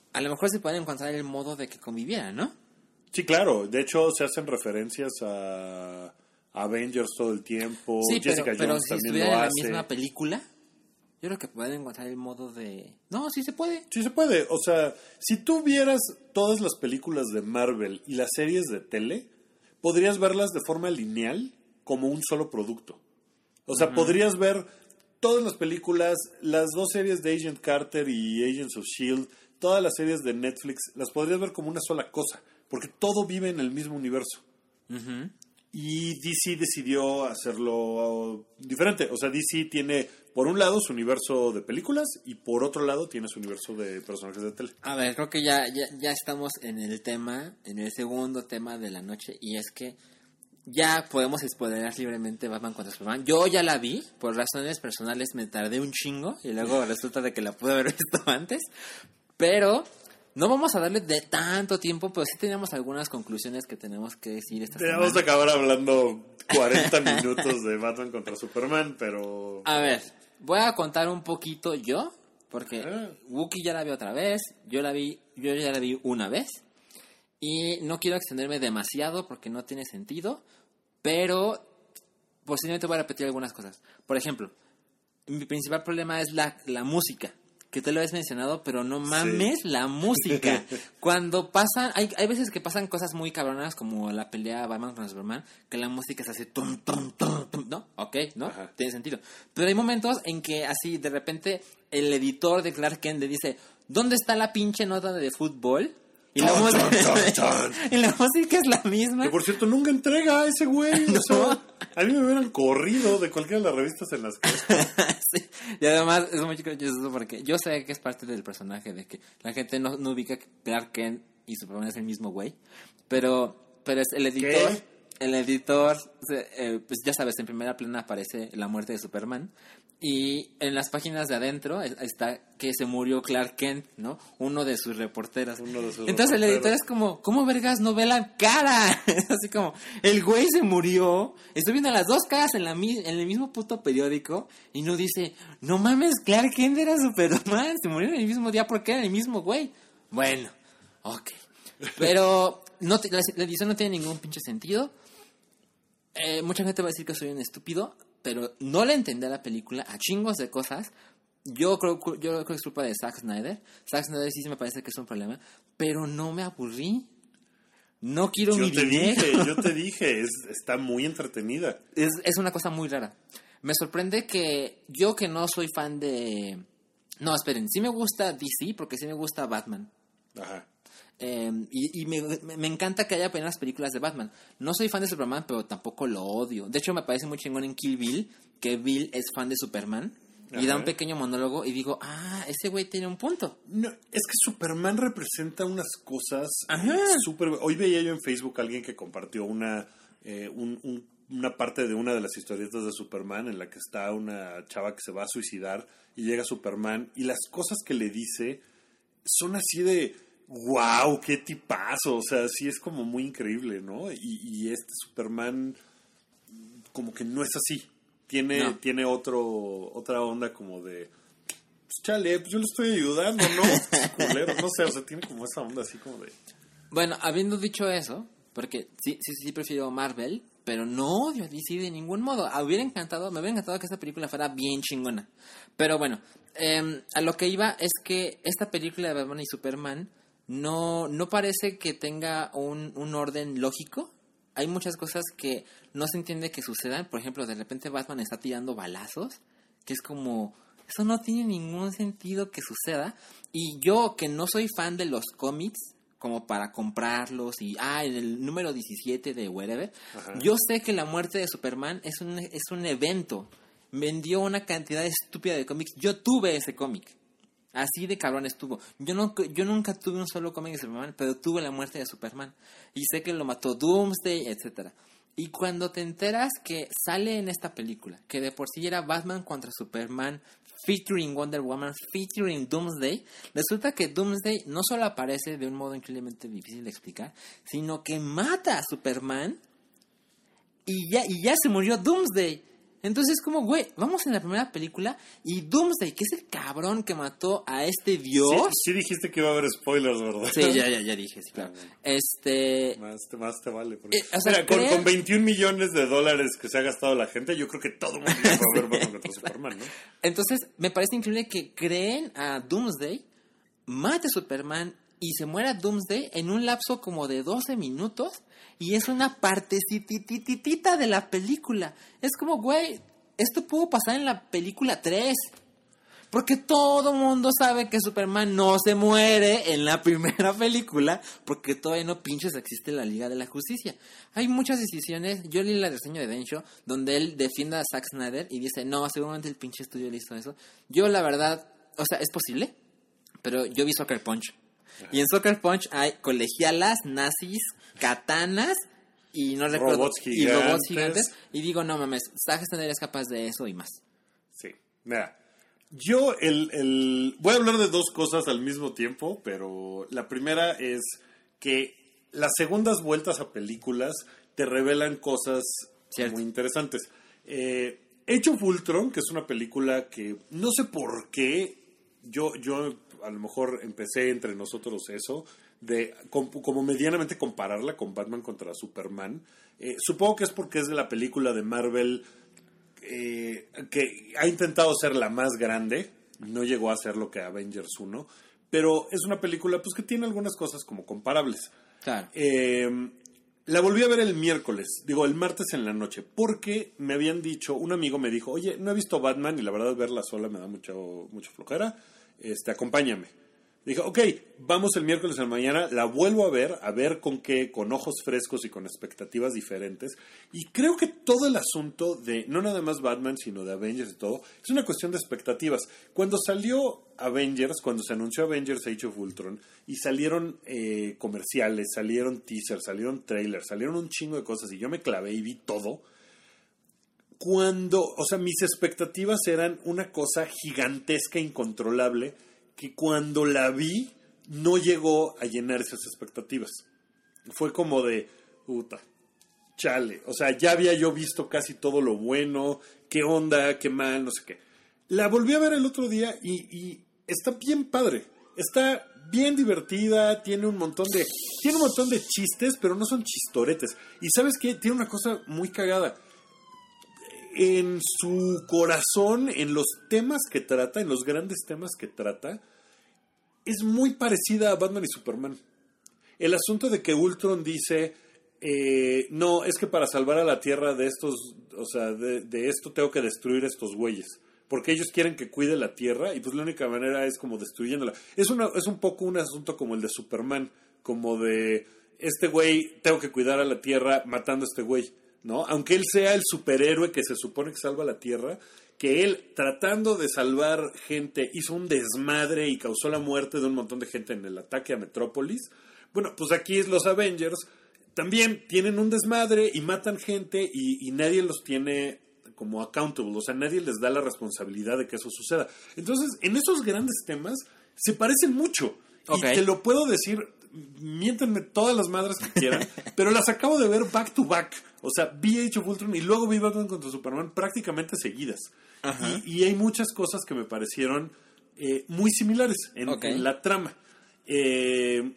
a lo mejor se puede encontrar el modo de que convivieran, ¿no? Sí, claro. De hecho, se hacen referencias a Avengers todo el tiempo. Sí, Jessica pero, pero Jones si también estuvieran lo en la hace. misma película, yo creo que pueden encontrar el modo de... No, sí se puede. Sí se puede. O sea, si tú vieras todas las películas de Marvel y las series de tele, podrías verlas de forma lineal como un solo producto. O sea, uh-huh. podrías ver todas las películas, las dos series de Agent Carter y Agents of S H I E L D, todas las series de Netflix, las podrías ver como una sola cosa, porque todo vive en el mismo universo. Uh-huh. Y D C decidió hacerlo diferente. O sea, D C tiene, por un lado, su universo de películas y por otro lado tiene su universo de personajes de tele. A ver, creo que ya, ya, ya estamos en el tema, en el segundo tema de la noche, y es que ya podemos spoilear libremente Batman contra Superman. Yo ya la vi, por razones personales me tardé un chingo y luego resulta de que la pude haber visto antes, pero... No vamos a darle de tanto tiempo, pero sí tenemos algunas conclusiones que tenemos que decir esta semana. Vamos a acabar hablando cuarenta minutos de Batman contra Superman, pero... A ver, voy a contar un poquito yo, porque ah. Wookie ya la vi otra vez, yo la vi, yo ya la vi una vez, y no quiero extenderme demasiado porque no tiene sentido, pero posiblemente voy a repetir algunas cosas. Por ejemplo, mi principal problema es la, la música. Que te lo has mencionado, pero no mames sí. la música. Cuando pasan, hay, hay veces que pasan cosas muy cabronas, como la pelea Batman contra Superman, que la música se hace tum, tum, tum, tum, ¿no? Ok, ¿no? Ajá. Tiene sentido. Pero hay momentos en que así, de repente, el editor de Clark Kent le dice, ¿dónde está la pinche nota de fútbol? Y la, música, y la música es la misma. Que por cierto, nunca entrega a ese güey. No. O sea, a mí me hubieran corrido de cualquiera de las revistas en las que... Sí. Y además es muy chistoso porque yo sé que es parte del personaje, de que la gente no, no ubica que Clark Kent y Superman es el mismo güey. Pero, pero es el editor... ¿Qué? El editor, eh, pues ya sabes, en primera plana aparece la muerte de Superman. Y en las páginas de adentro está que se murió Clark Kent, ¿no? Uno de sus reporteros. Uno de sus Entonces reporteros. El editor es como, ¿cómo vergas no ve la cara? Es así como, el güey se murió. Estoy viendo las dos caras en, la, en el mismo puto periódico. Y no dice, no mames, Clark Kent era Superman. Se murió en el mismo día porque era el mismo güey. Bueno, ok. Pero no te, la, la edición no tiene ningún pinche sentido. Eh, mucha gente va a decir que soy un estúpido, pero no le entendí a la película a chingos de cosas. Yo creo, yo creo que es culpa de Zack Snyder. Zack Snyder sí me parece que es un problema, pero no me aburrí. No quiero yo mi te dinero. Dije, yo te dije, es, está muy entretenida. Es, es una cosa muy rara. Me sorprende que yo que no soy fan de... No, esperen, sí me gusta D C porque sí me gusta Batman. Ajá. Eh, y y me, me encanta que haya apenas películas de Batman. No soy fan de Superman, pero tampoco lo odio. De hecho, me parece muy chingón en Kill Bill que Bill es fan de Superman. Ajá. Y da un pequeño monólogo y digo, ah, ese güey tiene un punto. No, es que Superman representa unas cosas eh, súper... Hoy veía yo en Facebook a alguien que compartió una, eh, un, un, una parte de una de las historietas de Superman en la que está una chava que se va a suicidar y llega Superman y las cosas que le dice son así de... ¡Wow! ¡Qué tipazo! O sea, sí es como muy increíble, ¿no? Y, y este Superman como que no es así. Tiene, no. tiene otro, otra onda como de... Pues chale, pues yo le estoy ayudando, ¿no? Culero, no sé, o sea, tiene como esa onda así como de... Bueno, habiendo dicho eso, porque sí, sí, sí prefiero Marvel, pero no odio a D C de ningún modo. Me hubiera encantado, me hubiera encantado que esta película fuera bien chingona. Pero bueno, eh, a lo que iba es que esta película de Batman y Superman... No, no parece que tenga un, un orden lógico. Hay muchas cosas que no se entiende que sucedan. Por ejemplo, de repente Batman está tirando balazos, que es como... Eso no tiene ningún sentido que suceda. Y yo, que no soy fan de los cómics, como para comprarlos y... Ah, en el número diecisiete de whatever. Ajá. Yo sé que la muerte de Superman es un, es un evento. Vendió una cantidad estúpida de cómics. Yo tuve ese cómic. Así de cabrón estuvo. Yo no, yo nunca tuve un solo cómic de Superman, pero tuve la muerte de Superman. Y sé que lo mató Doomsday, etcétera. Y cuando te enteras que sale en esta película, que de por sí era Batman contra Superman, featuring Wonder Woman, featuring Doomsday, resulta que Doomsday no solo aparece de un modo increíblemente difícil de explicar, sino que mata a Superman y ya, y ya se murió Doomsday. Entonces, como, güey, vamos en la primera película y Doomsday, que es el cabrón que mató a este dios. Sí, sí dijiste que iba a haber spoilers, ¿verdad? Sí, ya, ya, ya dije, sí, claro. Este... Más, más te vale. Porque... Eh, o sea, Mira, con, ¿creen? con veintiún millones de dólares que se ha gastado la gente, yo creo que todo el mundo va a ver Batman contra Superman, ¿no? Entonces, me parece increíble que creen a Doomsday, mate a Superman y se muera Doomsday en un lapso como de doce minutos y es una partecitititita de la película. Es como, güey, esto pudo pasar en la película tres. Porque todo mundo sabe que Superman no se muere en la primera película porque todavía no pinches existe la Liga de la Justicia. Hay muchas decisiones. Yo leí la reseña de Densho donde él defiende a Zack Snyder y dice, no, seguramente el pinche estudio le hizo eso. Yo la verdad, o sea, es posible, pero yo vi Sucker Punch. Y en Sucker Punch hay colegialas, nazis, katanas y no recuerdo robots y robots gigantes. gigantes. Y digo, no mames, Zack Snyder es capaz de eso y más. Sí, mira, yo el, el voy a hablar de dos cosas al mismo tiempo, pero la primera es que las segundas vueltas a películas te revelan cosas Cierto. muy interesantes. Eh, Age of Ultron, que es una película que no sé por qué yo yo a lo mejor empecé entre nosotros eso, de como, como medianamente compararla con Batman contra Superman. Eh, supongo que es porque es de la película de Marvel eh, que ha intentado ser la más grande, no llegó a ser lo que Avengers uno, pero es una película pues que tiene algunas cosas como comparables. Claro. Eh, la volví a ver el miércoles, digo el martes en la noche, porque me habían dicho, un amigo me dijo, oye, no he visto Batman y la verdad verla sola me da mucho, mucho flojera. Este, acompáñame. Dije, ok, vamos el miércoles en la mañana, la vuelvo a ver, a ver con qué, con ojos frescos y con expectativas diferentes. Y creo que todo el asunto de, no nada más Batman, sino de Avengers y todo, es una cuestión de expectativas. Cuando salió Avengers, cuando se anunció Avengers Age of Ultron, y salieron eh, comerciales, salieron teasers, salieron trailers, salieron un chingo de cosas, y yo me clavé y vi todo. Cuando, o sea, mis expectativas eran una cosa gigantesca, incontrolable, que cuando la vi no llegó a llenar esas expectativas. Fue como de, puta, chale. O sea, ya había yo visto casi todo lo bueno, qué onda, qué mal, no sé qué. La volví a ver el otro día y, y está bien padre. Está bien divertida, tiene un montón de, tiene un montón de chistes, pero no son chistoretes. Y ¿sabes qué? Tiene una cosa muy cagada. En su corazón, en los temas que trata, en los grandes temas que trata, es muy parecida a Batman y Superman. El asunto de que Ultron dice, eh, no, es que para salvar a la Tierra de estos, o sea, de, de esto tengo que destruir estos güeyes. Porque ellos quieren que cuide la Tierra y pues la única manera es como destruyéndola. Es, una, es un poco un asunto como el de Superman, como de, este güey, tengo que cuidar a la Tierra matando a este güey. ¿No? Aunque él sea el superhéroe que se supone que salva la Tierra, que él, tratando de salvar gente, hizo un desmadre y causó la muerte de un montón de gente en el ataque a Metrópolis. Bueno, pues aquí los Avengers también tienen un desmadre y matan gente y, y nadie los tiene como accountable, o sea, nadie les da la responsabilidad de que eso suceda. Entonces, en esos grandes temas se parecen mucho. Okay. Y te lo puedo decir, miéntenme todas las madres que quieran, pero las acabo de ver back to back. O sea, vi Age of Ultron y luego vi Batman contra Superman prácticamente seguidas. Y, y hay muchas cosas que me parecieron eh, muy similares en, okay. en la trama. Eh,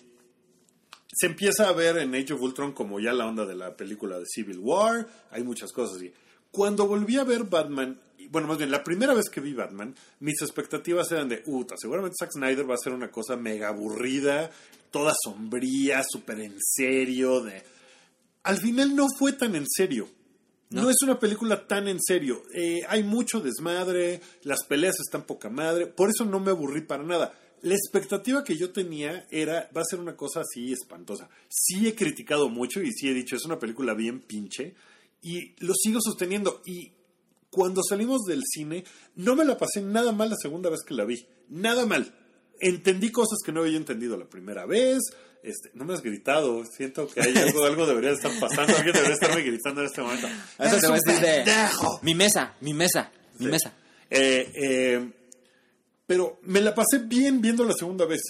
se empieza a ver en Age of Ultron como ya la onda de la película de Civil War. Hay muchas cosas así. Cuando volví a ver Batman, bueno, más bien, la primera vez que vi Batman, mis expectativas eran de, uta, seguramente Zack Snyder va a hacer una cosa mega aburrida, toda sombría, súper en serio, de... Al final no fue tan en serio. No, no es una película tan en serio. Eh, hay mucho desmadre, las peleas están poca madre, por eso no me aburrí para nada. La expectativa que yo tenía era, va a ser una cosa así espantosa. Sí he criticado mucho y sí he dicho, es una película bien pinche, y lo sigo sosteniendo. Y cuando salimos del cine, no me la pasé nada mal la segunda vez que la vi. Nada mal. Entendí cosas que no había entendido la primera vez. Este, no me has gritado. Siento que hay algo, algo debería estar pasando. Alguien debería estarme gritando en este momento. Eso te voy a decir de... Mi mesa, mi mesa, mi sí. mesa. Eh, eh, pero me la pasé bien viendo la segunda vez.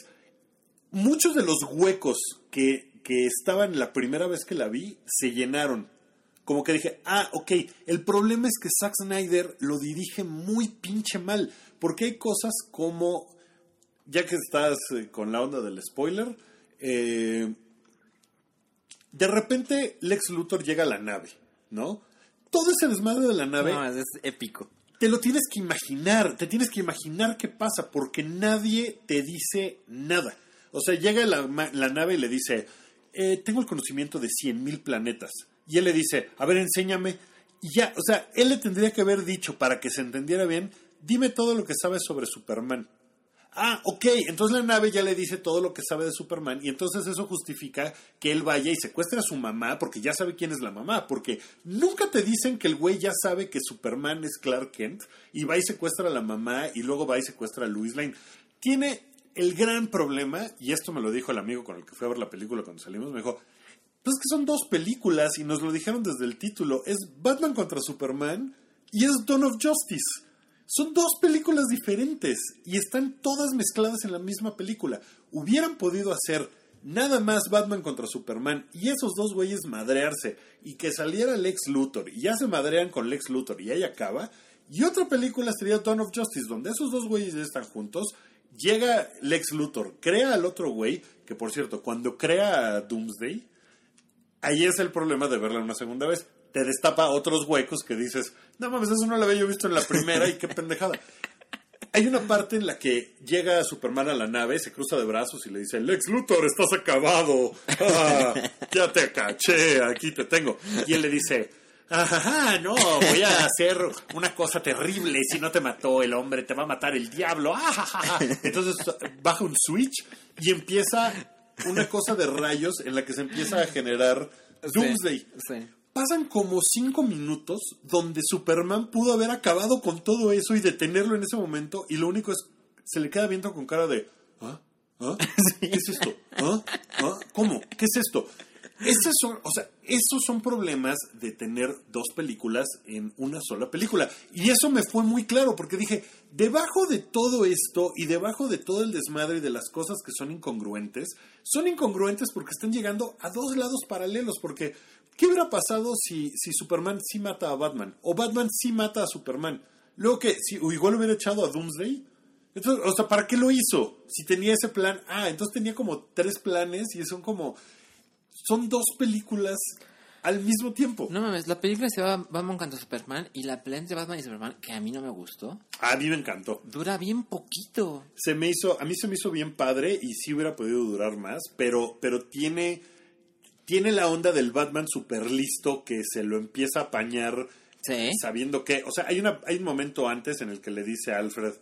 Muchos de los huecos que, que estaban la primera vez que la vi se llenaron. como que dije, ah, ok, el problema es que Zack Snyder lo dirige muy pinche mal, porque hay cosas como, ya que estás eh, con la onda del spoiler, eh, de repente Lex Luthor llega a la nave, ¿no? Todo ese desmadre de la nave... No, es épico. Te lo tienes que imaginar, te tienes que imaginar qué pasa, porque nadie te dice nada. O sea, llega la, la nave y le dice, eh, tengo el conocimiento de cien mil planetas. Y él le dice, a ver, enséñame. Y ya, o sea, él le tendría que haber dicho, para que se entendiera bien, dime todo lo que sabes sobre Superman. Ah, ok, entonces la nave ya le dice todo lo que sabe de Superman y entonces eso justifica que él vaya y secuestre a su mamá porque ya sabe quién es la mamá, porque nunca te dicen que el güey ya sabe que Superman es Clark Kent y va y secuestra a la mamá y luego va y secuestra a Lois Lane. Tiene el gran problema, y esto me lo dijo el amigo con el que fui a ver la película cuando salimos, me dijo, pues es que son dos películas y nos lo dijeron desde el título, es Batman contra Superman y es Dawn of Justice. Son dos películas diferentes y están todas mezcladas en la misma película. Hubieran podido hacer nada más Batman contra Superman y esos dos güeyes madrearse y que saliera Lex Luthor y ya se madrean con Lex Luthor y ahí acaba. Y otra película sería Dawn of Justice, donde esos dos güeyes ya están juntos. Llega Lex Luthor, crea al otro güey, que por cierto, cuando crea a Doomsday, ahí es el problema de verla una segunda vez. Te destapa otros huecos que dices, no mames, eso no lo había yo visto en la primera y qué pendejada. Hay una parte en la que llega Superman a la nave, se cruza de brazos y le dice, Lex Luthor, estás acabado. Ah, ya te caché, aquí te tengo. Y él le dice, ajá, no, voy a hacer una cosa terrible. Si no te mató el hombre, te va a matar el diablo. Ajajaja. Entonces baja un switch y empieza una cosa de rayos en la que se empieza a generar Doomsday. Sí, sí. Pasan como cinco minutos donde Superman pudo haber acabado con todo eso y detenerlo en ese momento y lo único es, se le queda viendo con cara de, ¿ah? ¿Ah? ¿Qué es esto? ¿Ah? ¿Ah? ¿Cómo? ¿Qué es esto? Esos son, o sea, esos son problemas de tener dos películas en una sola película. Y eso me fue muy claro porque dije, debajo de todo esto y debajo de todo el desmadre y de las cosas que son incongruentes, son incongruentes porque están llegando a dos lados paralelos. Porque, ¿qué hubiera pasado si, si Superman sí mata a Batman? O Batman sí mata a Superman. Luego que, si o igual hubiera echado a Doomsday. Entonces, o sea, ¿para qué lo hizo? Si tenía ese plan. Ah, entonces tenía como tres planes y son como... Son dos películas al mismo tiempo. No mames, la película se llama Batman contra Superman y la pelea entre Batman y Superman, que a mí no me gustó. A mí me encantó. Dura bien poquito. Se me hizo, a mí se me hizo bien padre y sí hubiera podido durar más, pero, pero tiene, tiene la onda del Batman super listo que se lo empieza a apañar, ¿sí? Sabiendo que, o sea, hay una, hay un momento antes en el que le dice a Alfred,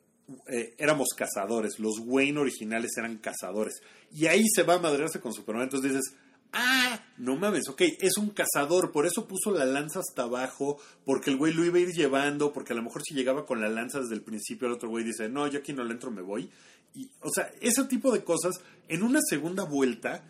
eh, éramos cazadores, los Wayne originales eran cazadores, y ahí se va a madrearse con Superman, entonces dices, ah, no mames, ok, es un cazador, por eso puso la lanza hasta abajo, porque el güey lo iba a ir llevando, porque a lo mejor si llegaba con la lanza desde el principio, el otro güey dice, no, yo aquí no le entro, me voy. Y, o sea, ese tipo de cosas, en una segunda vuelta,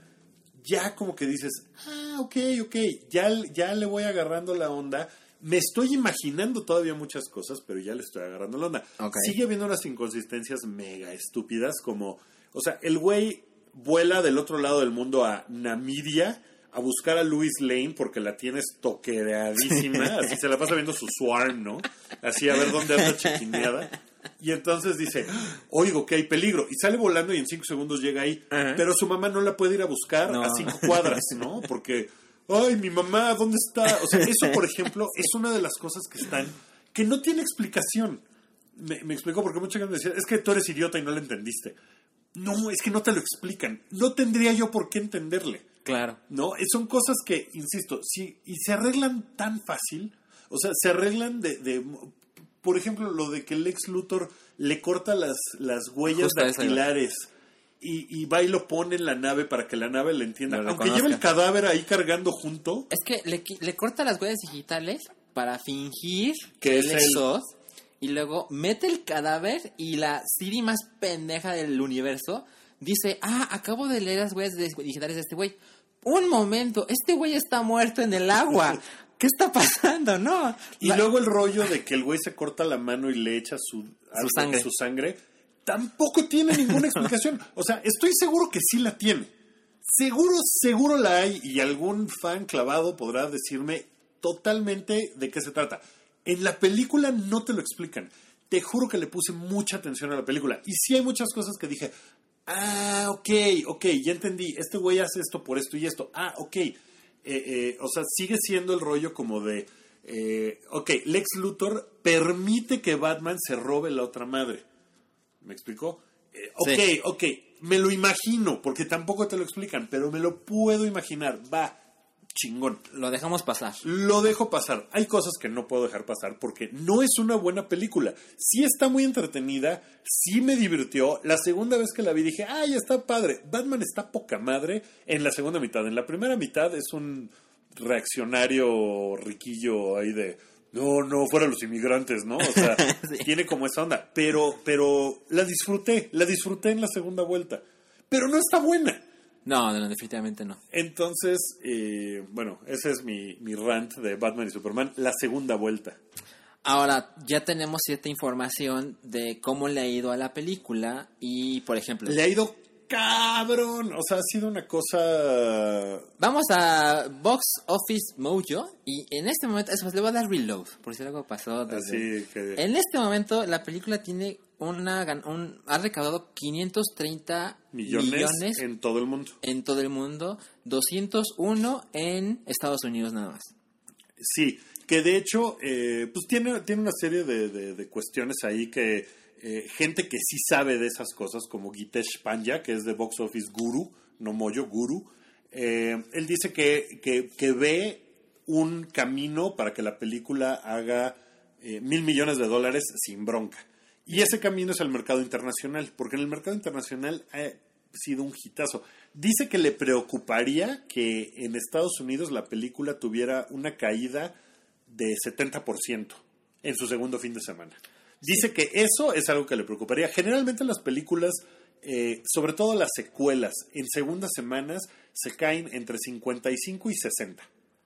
ya como que dices, ah, ok, ok, ya, ya le voy agarrando la onda. Me estoy imaginando todavía muchas cosas, pero ya le estoy agarrando la onda. Okay. Sigue habiendo unas inconsistencias mega estúpidas, como, o sea, el güey vuela del otro lado del mundo a Namibia a buscar a Lois Lane porque la tienes toquereadísima, así se la pasa viendo su swarm, ¿no? Así a ver dónde anda chiquineada. Y entonces dice, oigo que hay peligro. Y sale volando y en cinco segundos llega ahí. Uh-huh. Pero su mamá no la puede ir a buscar no. a cinco cuadras, ¿no? Porque, ay, mi mamá, ¿dónde está? O sea, eso, por ejemplo, es una de las cosas que están, que no tiene explicación. Me, me explicó porque mucha gente me decía, es que tú eres idiota y no le entendiste. No, es que no te lo explican. No tendría yo por qué entenderle. Claro. No, son cosas que, insisto, si, y se arreglan tan fácil. O sea, se arreglan de... de por ejemplo, lo de que Lex Luthor le corta las, las huellas Justo dactilares y, y va y lo pone en la nave para que la nave le entienda. Lo Aunque lleve el cadáver ahí cargando junto. Es que le, le corta las huellas digitales para fingir que es el SOS. Y luego mete el cadáver y la Siri más pendeja del universo dice, ah, acabo de leer las huellas digitales de este güey. Un momento, este güey está muerto en el agua. ¿Qué está pasando? No. Y la... luego el rollo de que el güey se corta la mano y le echa su, su, sangre. su sangre tampoco tiene ninguna explicación. O sea, estoy seguro que sí la tiene. Seguro, seguro la hay y algún fan clavado podrá decirme totalmente de qué se trata. En la película no te lo explican. Te juro que le puse mucha atención a la película. Y sí hay muchas cosas que dije, ah, ok, ok, ya entendí. Este güey hace esto por esto y esto. Ah, ok. Eh, eh, o sea, sigue siendo el rollo como de... Eh, ok, Lex Luthor permite que Batman se robe la otra madre. ¿Me explicó? Eh, ok, sí. ok, me lo imagino, porque tampoco te lo explican, pero me lo puedo imaginar. Va, chingón. Lo dejamos pasar. Lo dejo pasar. Hay cosas que no puedo dejar pasar porque no es una buena película. Sí está muy entretenida, sí me divirtió. La segunda vez que la vi dije, ay, está padre. Batman está poca madre en la segunda mitad. En la primera mitad es un reaccionario riquillo ahí de no, no, fuera los inmigrantes, ¿no? O sea, sí. Tiene como esa onda. Pero, pero la disfruté, la disfruté en la segunda vuelta. Pero no está buena. No, no, definitivamente no. Entonces, eh, bueno, ese es mi, mi rant de Batman y Superman, la segunda vuelta. Ahora, ya tenemos cierta información de cómo le ha ido a la película y, por ejemplo... Le ha ido cabrón, o sea, ha sido una cosa... Vamos a Box Office Mojo y en este momento, es más, le voy a dar reload, por si algo pasó. Desde... Así que... En este momento, la película tiene una un, ha recaudado quinientos treinta millones, millones en todo el mundo. En todo el mundo, doscientos uno en Estados Unidos nada más. Sí, que de hecho, eh, pues tiene, tiene una serie de, de, de cuestiones ahí que... Eh, gente que sí sabe de esas cosas, como Gitesh Pandya, que es de Box Office Guru, no Mojo, Guru. Eh, él dice que, que, que ve un camino para que la película haga eh, mil millones de dólares sin bronca. Y ese camino es el mercado internacional, porque en el mercado internacional ha sido un hitazo. Dice que le preocuparía que en Estados Unidos la película tuviera una caída de setenta por ciento en su segundo fin de semana. Dice sí. que eso es algo que le preocuparía. Generalmente las películas, eh, sobre todo las secuelas, en segundas semanas se caen entre cincuenta y cinco y sesenta.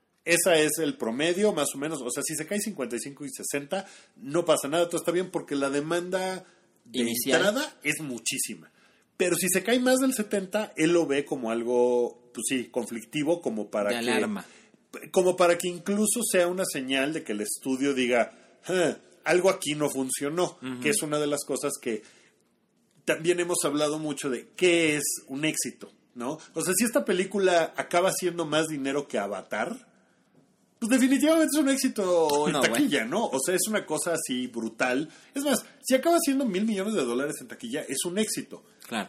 Ese es el promedio, más o menos. O sea, si se cae cincuenta y cinco y sesenta, no pasa nada, todo está bien, porque la demanda de Inicial. entrada es muchísima. Pero si se cae más del setenta, él lo ve como algo, pues sí, conflictivo, como para de que... alarma. Como para que incluso sea una señal de que el estudio diga... Huh, algo aquí no funcionó, uh-huh. que es una de las cosas que también hemos hablado mucho de qué es un éxito, ¿no? O sea, si esta película acaba haciendo más dinero que Avatar, pues definitivamente es un éxito en no, taquilla, bueno. ¿no? O sea, es una cosa así brutal. Es más, si acaba haciendo mil millones de dólares en taquilla, es un éxito. Claro.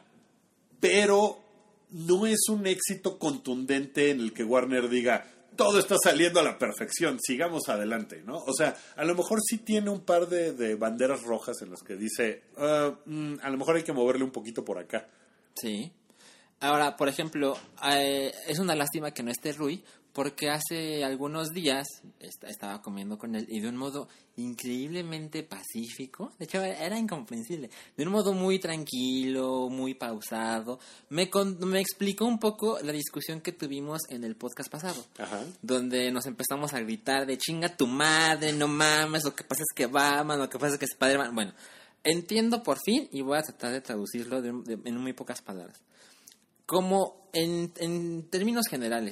Pero no es un éxito contundente en el que Warner diga... todo está saliendo a la perfección, sigamos adelante, ¿no? O sea, a lo mejor sí tiene un par de, de banderas rojas en las que dice, uh, mm, a lo mejor hay que moverle un poquito por acá. Sí. Ahora, por ejemplo, eh, es una lástima que no esté Rui, porque hace algunos días est- estaba comiendo con él y de un modo increíblemente pacífico, de hecho era incomprensible, de un modo muy tranquilo, muy pausado, me, con- me explicó un poco la discusión que tuvimos en el podcast pasado, Ajá. donde nos empezamos a gritar de chinga tu madre, no mames, lo que pasa es que Batman, lo que pasa es que Spider-Man, bueno, entiendo por fin y voy a tratar de traducirlo de, de, en muy pocas palabras. Como en, en términos generales,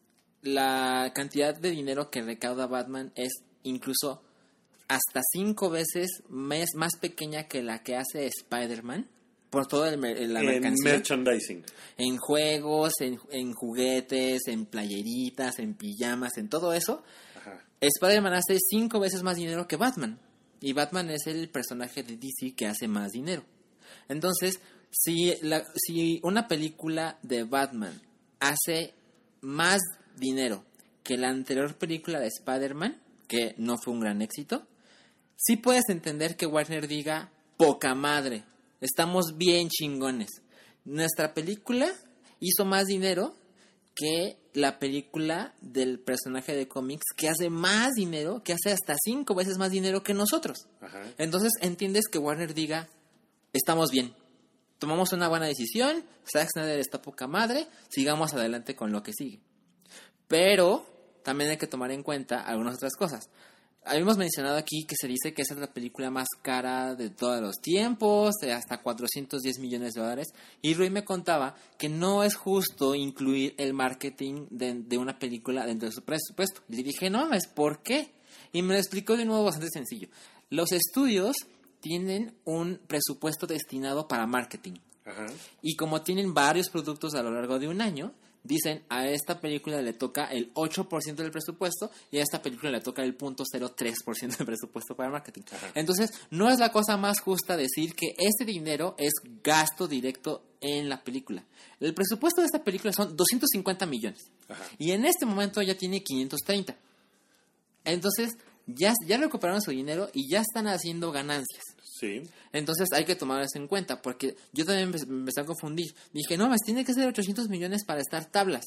la cantidad de dinero que recauda Batman es incluso hasta cinco veces más, más pequeña que la que hace Spider-Man por toda el, la en mercancía. merchandising. En juegos, en, en juguetes, en playeritas, en pijamas, en todo eso. Ajá. Spider-Man hace cinco veces más dinero que Batman. Y Batman es el personaje de D C que hace más dinero. Entonces, si, la, si una película de Batman hace más dinero que la anterior película de Spider-Man, que no fue un gran éxito, sí puedes entender que Warner diga, poca madre, estamos bien chingones. Nuestra película hizo más dinero que la película del personaje de cómics, que hace más dinero, que hace hasta cinco veces más dinero que nosotros. Ajá. Entonces entiendes que Warner diga, estamos bien, tomamos una buena decisión, Zack Snyder está poca madre, sigamos adelante con lo que sigue. Pero también hay que tomar en cuenta algunas otras cosas. habíamos mencionado aquí que se dice que esa es la película más cara de todos los tiempos, de hasta cuatrocientos diez millones de dólares. Y Rui me contaba que no es justo incluir el marketing de, de una película dentro de su presupuesto. Y le dije, no, es ¿por qué? Y me lo explicó de nuevo bastante sencillo. Los estudios tienen un presupuesto destinado para marketing. Ajá. Y como tienen varios productos a lo largo de un año, dicen, a esta película le toca el ocho por ciento del presupuesto y a esta película le toca el cero punto cero tres por ciento del presupuesto para marketing. Ajá. Entonces, no es la cosa más justa decir que este dinero es gasto directo en la película. El presupuesto de esta película son doscientos cincuenta millones. Ajá. Y en este momento ya tiene quinientos treinta. Entonces, ya, ya recuperaron su dinero y ya están haciendo ganancias. Sí. Entonces hay que tomar eso en cuenta, porque yo también me, me empecé a confundir. Dije, no, más tiene que ser ochocientos millones para estar tablas.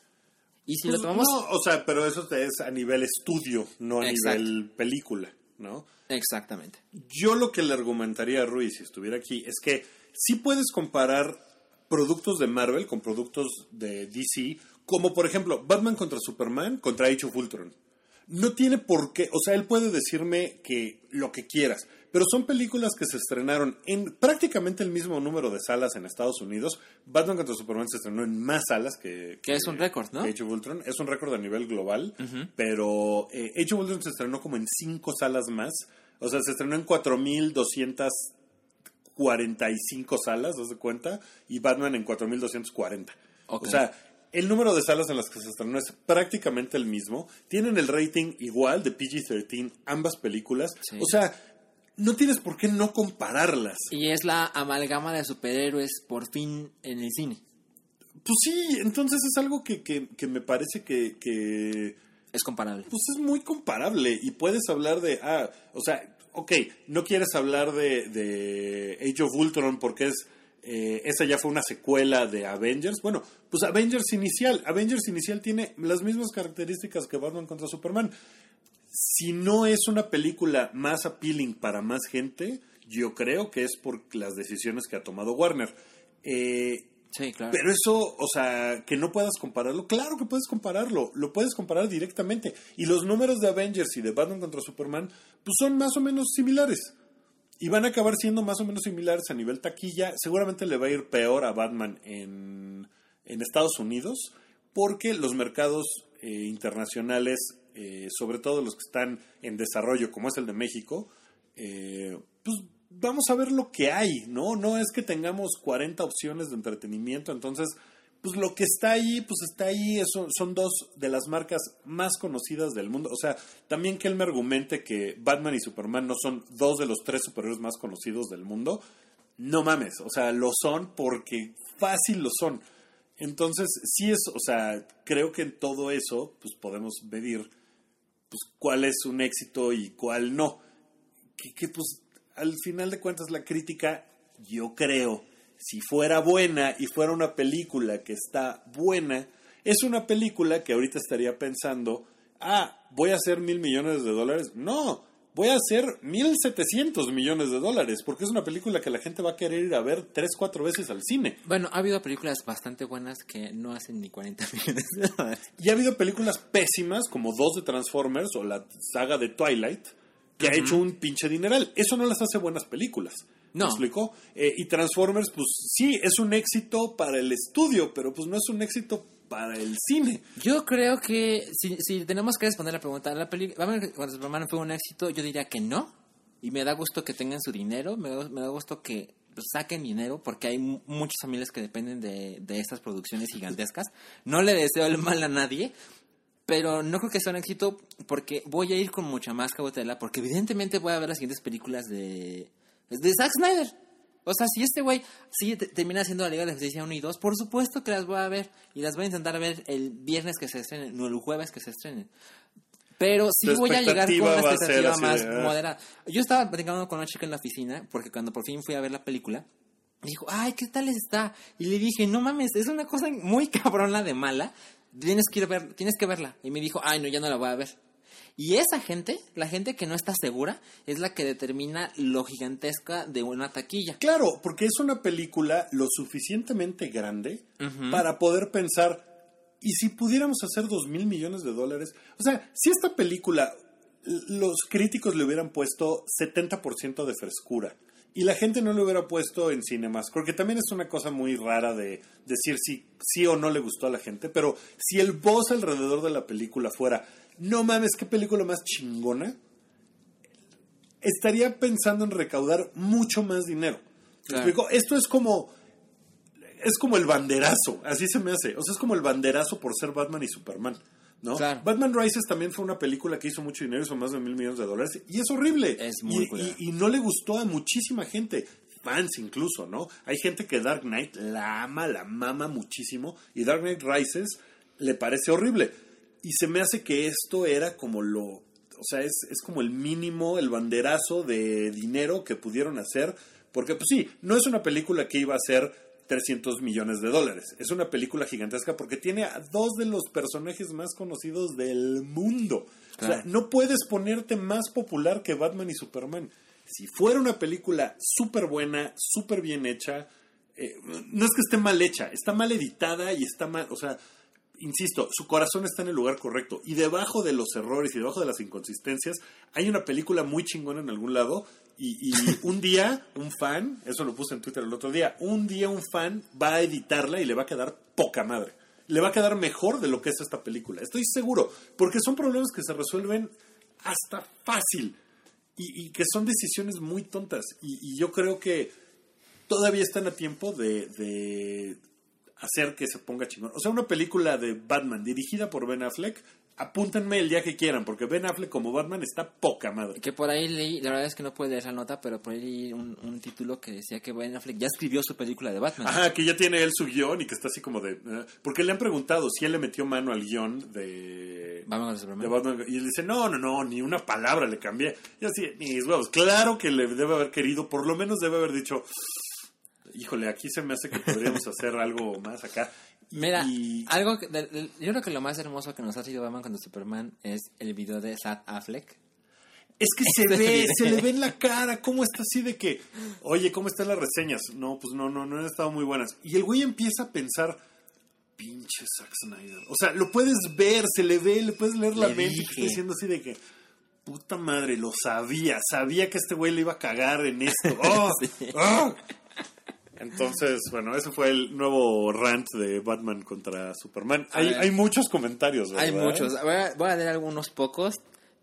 Y si pues, lo tomamos... No, o sea, pero eso es a nivel estudio, no a Exacto. nivel película, ¿no? Exactamente. Yo lo que le argumentaría a Rui, si estuviera aquí, es que sí puedes comparar productos de Marvel con productos de D C, como por ejemplo, Batman contra Superman contra Age of Ultron. No tiene por qué, o sea, él puede decirme que lo que quieras, pero son películas que se estrenaron en prácticamente el mismo número de salas en Estados Unidos. Batman contra Superman se estrenó en más salas que... Que es un récord, ¿no? Age of Ultron. Es un récord a nivel global, uh-huh. pero eh, Age of Ultron se estrenó como en cinco salas más. O sea, se estrenó en cuatro mil doscientas cuarenta y cinco salas, ¿das de cuenta? Y Batman en cuatro mil doscientas cuarenta. Okay. O sea... El número de salas en las que se estrenó es prácticamente el mismo. Tienen el rating igual de P G trece, ambas películas. Sí. O sea, no tienes por qué no compararlas. Y es la amalgama de superhéroes por fin en el cine. Pues sí, entonces es algo que, que, que me parece que, que... Es comparable. Pues es muy comparable. Y puedes hablar de... Ah, o sea, ok, no quieres hablar de, de Age of Ultron porque es... Eh, esa ya fue una secuela de Avengers. Bueno, pues Avengers Inicial. Avengers Inicial tiene las mismas características que Batman contra Superman. Si no es una película más appealing para más gente, yo creo que es por las decisiones que ha tomado Warner. Eh, sí, claro. Pero eso, o sea, que no puedas compararlo. Claro que puedes compararlo. Lo puedes comparar directamente. Y los números de Avengers y de Batman contra Superman, pues son más o menos similares. Y van a acabar siendo más o menos similares a nivel taquilla. Seguramente le va a ir peor a Batman en, en Estados Unidos, porque los mercados eh, internacionales, eh, sobre todo los que están en desarrollo, como es el de México, eh, pues vamos a ver lo que hay, ¿no? No es que tengamos cuarenta opciones de entretenimiento, entonces... Pues lo que está ahí, pues está ahí, eso, son dos de las marcas más conocidas del mundo. O sea, también que él me argumente que Batman y Superman no son dos de los tres superhéroes más conocidos del mundo, no mames, o sea, lo son porque fácil lo son. Entonces, sí es, o sea, creo que en todo eso, pues podemos medir pues cuál es un éxito y cuál no. Que, que pues, al final de cuentas la crítica, yo creo... Si fuera buena y fuera una película que está buena, es una película que ahorita estaría pensando, ah, ¿voy a hacer mil millones de dólares? No, voy a hacer mil setecientos millones de dólares, porque es una película que la gente va a querer ir a ver tres, cuatro veces al cine. Bueno, ha habido películas bastante buenas que no hacen ni cuarenta millones de dólares. Y ha habido películas pésimas, como dos de Transformers o la saga de Twilight, que uh-huh. ha hecho un pinche dineral. Eso no las hace buenas películas. No. ¿Me explicó? Eh, y Transformers, pues sí, es un éxito para el estudio, pero pues no es un éxito para el cine. Yo creo que si, si tenemos que responder la pregunta, ¿la peli- cuando Superman fue un éxito? Yo diría que no. Y me da gusto que tengan su dinero, me da, me da gusto que pues, saquen dinero, porque hay m- muchas familias que dependen de, de estas producciones gigantescas. No le deseo el mal a nadie, pero no creo que sea un éxito porque voy a ir con mucha más cautela, porque evidentemente voy a ver las siguientes películas de... de Zack Snyder. O sea, si este güey sí te, termina haciendo la Liga de la Justicia uno y dos, por supuesto que las voy a ver. Y las voy a intentar ver el viernes que se estrenen, no el jueves que se estrenen. Pero sí voy a llegar con una expectativa más de... moderada. Yo estaba platicando con una chica en la oficina, porque cuando por fin fui a ver la película, me dijo, ay, ¿qué tal está? Y le dije, no mames, es una cosa muy cabrona de mala. Tienes que ir a ver, tienes que verla. Y me dijo, ay, no, ya no la voy a ver. Y esa gente, la gente que no está segura, es la que determina lo gigantesca de una taquilla. Claro, porque es una película lo suficientemente grande uh-huh. para poder pensar, ¿y si pudiéramos hacer dos mil millones de dólares? O sea, si esta película los críticos le hubieran puesto setenta por ciento de frescura y la gente no le hubiera puesto en cinemas, porque también es una cosa muy rara de decir si sí o no le gustó a la gente, pero si el buzz alrededor de la película fuera, no mames, qué película más chingona, estaría pensando en recaudar mucho más dinero. ¿Me Claro. explico? Esto es como es como el banderazo, así se me hace. O sea, es como el banderazo por ser Batman y Superman, ¿no? Claro. Batman Rises también fue una película que hizo mucho dinero, hizo más de mil millones de dólares, y es horrible. Es muy y, culera. y, y no le gustó a muchísima gente, fans incluso, ¿no? Hay gente que Dark Knight la ama, la mama muchísimo, y Dark Knight Rises le parece horrible. Y se me hace que esto era como lo... O sea, es, es como el mínimo, el banderazo de dinero que pudieron hacer, porque pues sí, no es una película que iba a ser trescientos millones de dólares. Es una película gigantesca porque tiene a dos de los personajes más conocidos del mundo. Claro. O sea, no puedes ponerte más popular que Batman y Superman. Si fuera una película súper buena, súper bien hecha, eh, no es que esté mal hecha, está mal editada y está mal, o sea, insisto, su corazón está en el lugar correcto. Y debajo de los errores y debajo de las inconsistencias, hay una película muy chingona en algún lado. Y, y un día, un fan, eso lo puse en Twitter el otro día, un día un fan va a editarla y le va a quedar poca madre. Le va a quedar mejor de lo que es esta película. Estoy seguro, porque son problemas que se resuelven hasta fácil y, y que son decisiones muy tontas. Y, y yo creo que todavía están a tiempo de, de hacer que se ponga chingón. O sea, una película de Batman dirigida por Ben Affleck, apúntenme el día que quieran, porque Ben Affleck como Batman está poca madre. Que por ahí leí, la verdad es que no pude leer la nota, pero por ahí leí un, un título que decía que Ben Affleck ya escribió su película de Batman. Ajá, que ya tiene él su guión y que está así como de... Uh, porque le han preguntado si él le metió mano al guión de... Batman de Superman. De Batman, y él dice, no, no, no, ni una palabra le cambié. Y así, mis huevos, claro que le debe haber querido, por lo menos debe haber dicho, híjole, aquí se me hace que podríamos hacer algo más acá. Mira, y... algo que, de, de, yo creo que lo más hermoso que nos ha sido Batman contra Superman es el video de Sad Affleck. Es que se ve, se le ve en la cara cómo está así de que, oye, ¿cómo están las reseñas? No, pues no, no, no han estado muy buenas. Y el güey empieza a pensar, pinche Zack Snyder. O sea, lo puedes ver, se le ve, le puedes leer la le mente dije. que está diciendo así de que, puta madre, lo sabía, sabía que este güey le iba a cagar en esto. ¡Oh! Sí. ¡Oh! Entonces, bueno, ese fue el nuevo rant de Batman contra Superman. Hay, hay muchos comentarios, ¿verdad? Hay muchos. Voy a, voy a leer algunos pocos.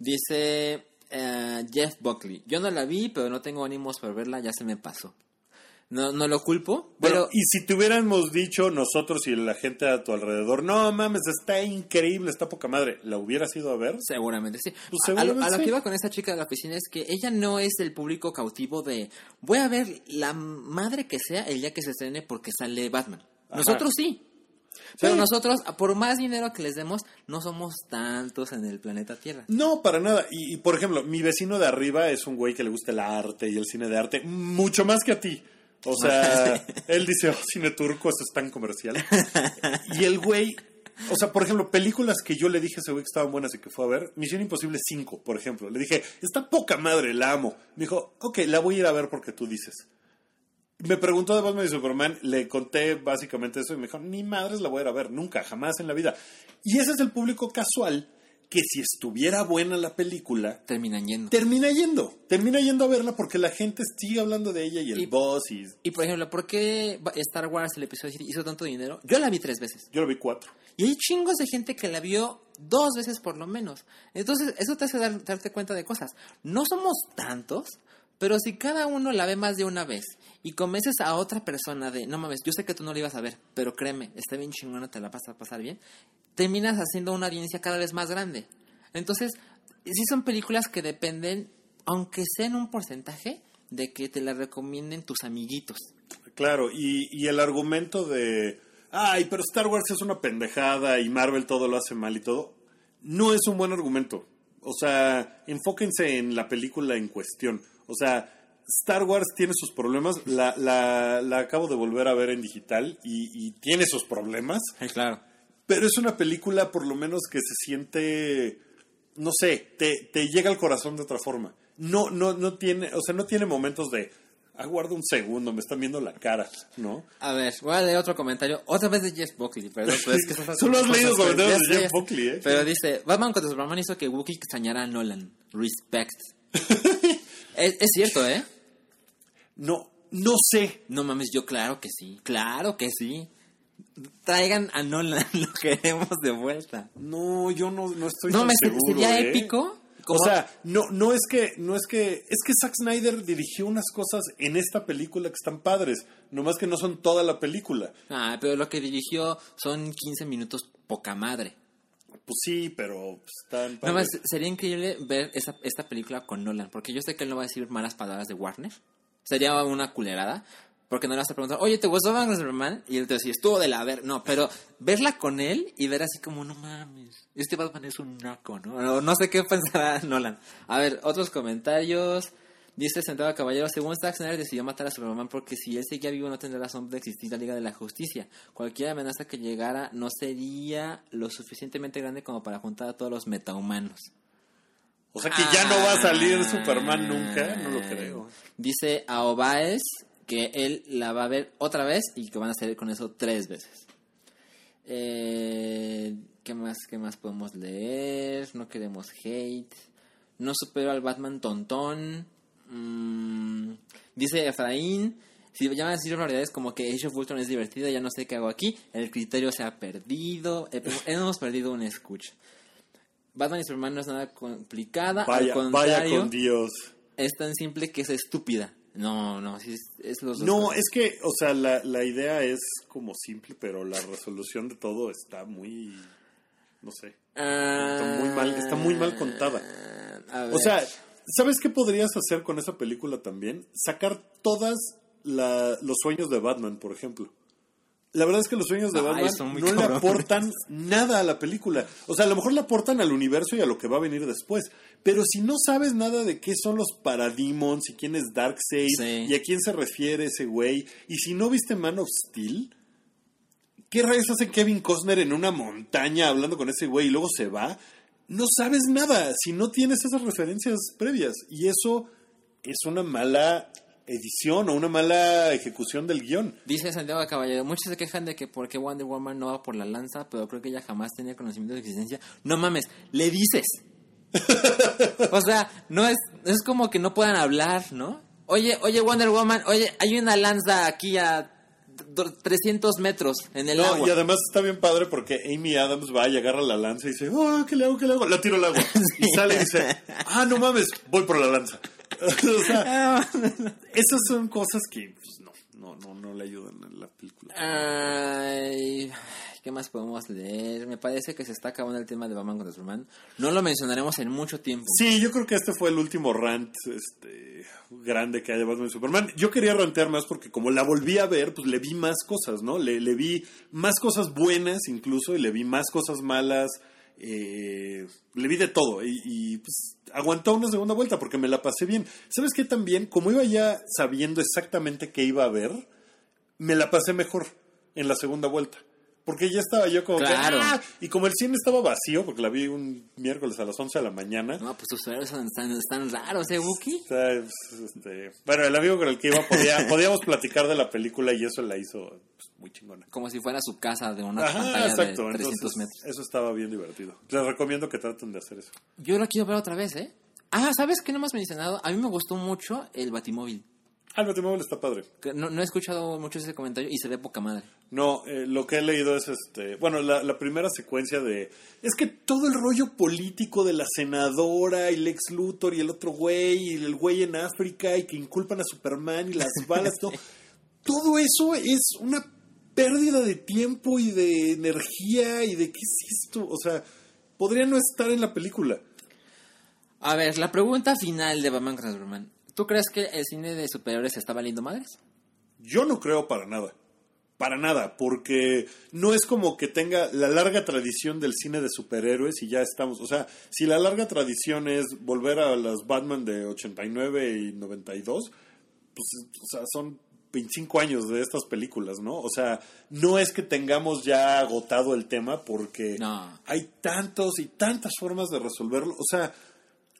Dice uh, Jeff Buckley. Yo no la vi, pero no tengo ánimos por verla, ya se me pasó. No, no lo culpo, bueno, pero... Y si te hubiéramos dicho nosotros y la gente a tu alrededor, no mames, está increíble, está poca madre, ¿la hubieras ido a ver? Seguramente sí. Pues a, seguramente a, lo, a lo sí. que iba con esta chica de la oficina es que ella no es el público cautivo de voy a ver la madre que sea el día que se estrene porque sale Batman. Ajá. Nosotros sí. Pero Sí. nosotros, por más dinero que les demos, no somos tantos en el planeta Tierra. No, para nada. Y, y, por ejemplo, mi vecino de arriba es un güey que le gusta el arte y el cine de arte mucho más que a ti. O sea, él dice, oh, cine turco, eso es tan comercial. Y el güey, o sea, por ejemplo, películas que yo le dije a ese güey que estaban buenas y que fue a ver, Misión Imposible cinco, por ejemplo. Le dije, está poca madre, la amo. Me dijo, ok, la voy a ir a ver porque tú dices. Me preguntó de Batman y Superman, le conté básicamente eso y me dijo, ni madres la voy a ir a ver, nunca, jamás en la vida. Y ese es el público casual que si estuviera buena la película, Terminan yendo. termina yendo, termina yendo a verla porque la gente sigue hablando de ella y el Y- boss y... Y por ejemplo, ¿por qué Star Wars, el episodio siete, hizo tanto dinero? Yo la vi tres veces. Yo lo vi cuatro. Y hay chingos de gente que la vio dos veces por lo menos. Entonces, eso te hace dar- darte cuenta de cosas. No somos tantos, pero si cada uno la ve más de una vez y convences a otra persona de, no mames, yo sé que tú no la ibas a ver, pero créeme, está bien chingona, te la vas a pasar bien, terminas haciendo una audiencia cada vez más grande. Entonces, sí son películas que dependen, aunque sea en un porcentaje, de que te la recomienden tus amiguitos. Claro, y, y el argumento de, ay, pero Star Wars es una pendejada y Marvel todo lo hace mal y todo, no es un buen argumento. O sea, enfóquense en la película en cuestión. O sea, Star Wars tiene sus problemas, la, la, la acabo de volver a ver en digital y, y tiene sus problemas, Claro. pero es una película por lo menos que se siente, no sé, te, te llega al corazón de otra forma. No, no, no tiene, o sea, no tiene momentos de, Aguarda un segundo, me están viendo la cara, ¿no? A ver, voy a leer otro comentario. Otra vez de Jeff Buckley, perdón. Pero es que son Solo has leído comentarios de ya sé, Jeff Buckley, ¿eh? Pero dice, Batman contra Superman hizo que Wookiee extrañara a Nolan. Respect. es, es cierto, ¿eh? No, no sé. No mames, yo claro que sí. Claro que sí. Traigan a Nolan, lo queremos de vuelta. No, yo no, no estoy no, tan me seguro, sería ¿eh? épico. O sea, no, no es que, no es que, es que Zack Snyder dirigió unas cosas en esta película que están padres, nomás que no son toda la película. Ah, pero lo que dirigió son quince minutos poca madre. Pues sí, pero pues, están padres. Nomás sería increíble ver esta, esta película con Nolan, porque yo sé que él no va a decir malas palabras de Warner. Sería una culerada. Porque no le vas a preguntar, oye, ¿te gustó Batman Superman? Y él te decía, estuvo de la ver. No, pero verla con él y ver así como, no mames, este Batman es un naco, ¿no? No, no sé qué pensará Nolan. A ver, otros comentarios. Dice Sentado Caballero, según Zack Snyder decidió matar a Superman porque si él seguía vivo no tendría razón de existir la Liga de la Justicia. Cualquier amenaza que llegara no sería lo suficientemente grande como para juntar a todos los metahumanos. O sea que ya no va a salir Superman nunca, no lo creo. Dice Aobaes que él la va a ver otra vez y que van a salir con eso tres veces. Eh, ¿Qué más? ¿Qué más podemos leer? No queremos hate. No supero al Batman tontón. Mm, dice Efraín, si llaman a decir barbaridades como que Age of Ultron es divertida, ya no sé qué hago aquí. El criterio se ha perdido. Eh, hemos perdido un escucha. Batman y Superman no es nada complicada. Vaya, al contrario, vaya con Dios. Es tan simple que es estúpida. No, no, sí, es, es los dos. No, cosas. es que, o sea, la, la idea es como simple, pero la resolución de todo está muy, no sé, Ah, está muy mal, está muy mal contada. a ver. O sea, ¿sabes qué podrías hacer con esa película también? Sacar todas la, los sueños de Batman, por ejemplo. La verdad es que los sueños de Ay, Batman son muy no le cabrones. aportan nada a la película. O sea, a lo mejor le aportan al universo y a lo que va a venir después. Pero si no sabes nada de qué son los Parademons y quién es Darkseid Sí. y a quién se refiere ese güey, y si no viste Man of Steel, ¿qué rayos hace Kevin Costner en una montaña hablando con ese güey y luego se va? No sabes nada si no tienes esas referencias previas. Y eso es una mala edición o una mala ejecución del guión. Dice Santiago Caballero, muchos se quejan de que por qué Wonder Woman no va por la lanza, pero creo que ella jamás tenía conocimiento de existencia. No mames, le dices. O sea, no es, es como que no puedan hablar, ¿no? Oye, oye Wonder Woman, oye, hay una lanza aquí a trescientos metros en el No, agua. y además está bien padre porque Amy Adams va y agarra la lanza y dice, oh, ¿qué le hago, qué le hago? La tiro al agua. Sí. Y sale y dice, ah, no mames, voy por la lanza. O sea, esas son cosas que pues, no, no, no, no le ayudan a la película. Ay, ¿qué más podemos leer? Me parece que se está acabando el tema de Batman contra Superman. No lo mencionaremos en mucho tiempo. Sí, yo creo que este fue el último rant este, grande que haya de Batman y Superman. Yo quería rantear más porque como la volví a ver, pues le vi más cosas, ¿no? Le, le vi más cosas buenas incluso y le vi más cosas malas. Eh, le vi de todo y, y pues aguantó una segunda vuelta porque me la pasé bien. ¿Sabes qué? También, como iba ya sabiendo exactamente qué iba a ver, me la pasé mejor en la segunda vuelta. Porque ya estaba yo como Claro. que, ¡ah! Y como el cine estaba vacío, porque la vi un miércoles a las once de la mañana. No, pues tus horarios son, están, están raros, ¿eh, Wookie? O sea, pues, este, bueno, el amigo con el que iba podía, podíamos platicar de la película y eso la hizo pues, muy chingona. Como si fuera su casa de una Ajá, pantalla exacto. de trescientos Entonces, metros. eso estaba bien divertido. Les recomiendo que traten de hacer eso. Yo lo quiero ver otra vez, ¿eh? Ah, ¿sabes qué no hemos mencionado? A mí me gustó mucho el Batimóvil. Ah, el Batimóvil está padre. Que No, no he escuchado mucho ese comentario y se ve poca madre. No, eh, lo que he leído es este, bueno, la, la primera secuencia de, es que todo el rollo político de la senadora y Lex Luthor y el otro güey y el güey en África y que inculpan a Superman y las balas, todo, todo eso es una pérdida de tiempo y de energía y de qué es esto, o sea, podría no estar en la película. A ver, la pregunta final de Batman contra Superman. ¿Tú crees que el cine de superhéroes se está valiendo madres? Yo no creo para nada. Para nada, porque no es como que tenga la larga tradición del cine de superhéroes y ya estamos. O sea, si la larga tradición es volver a las Batman de ochenta y nueve y noventa y dos, pues, o sea, son veinticinco años de estas películas, ¿no? O sea, no es que tengamos ya agotado el tema porque No. hay tantos y tantas formas de resolverlo. O sea,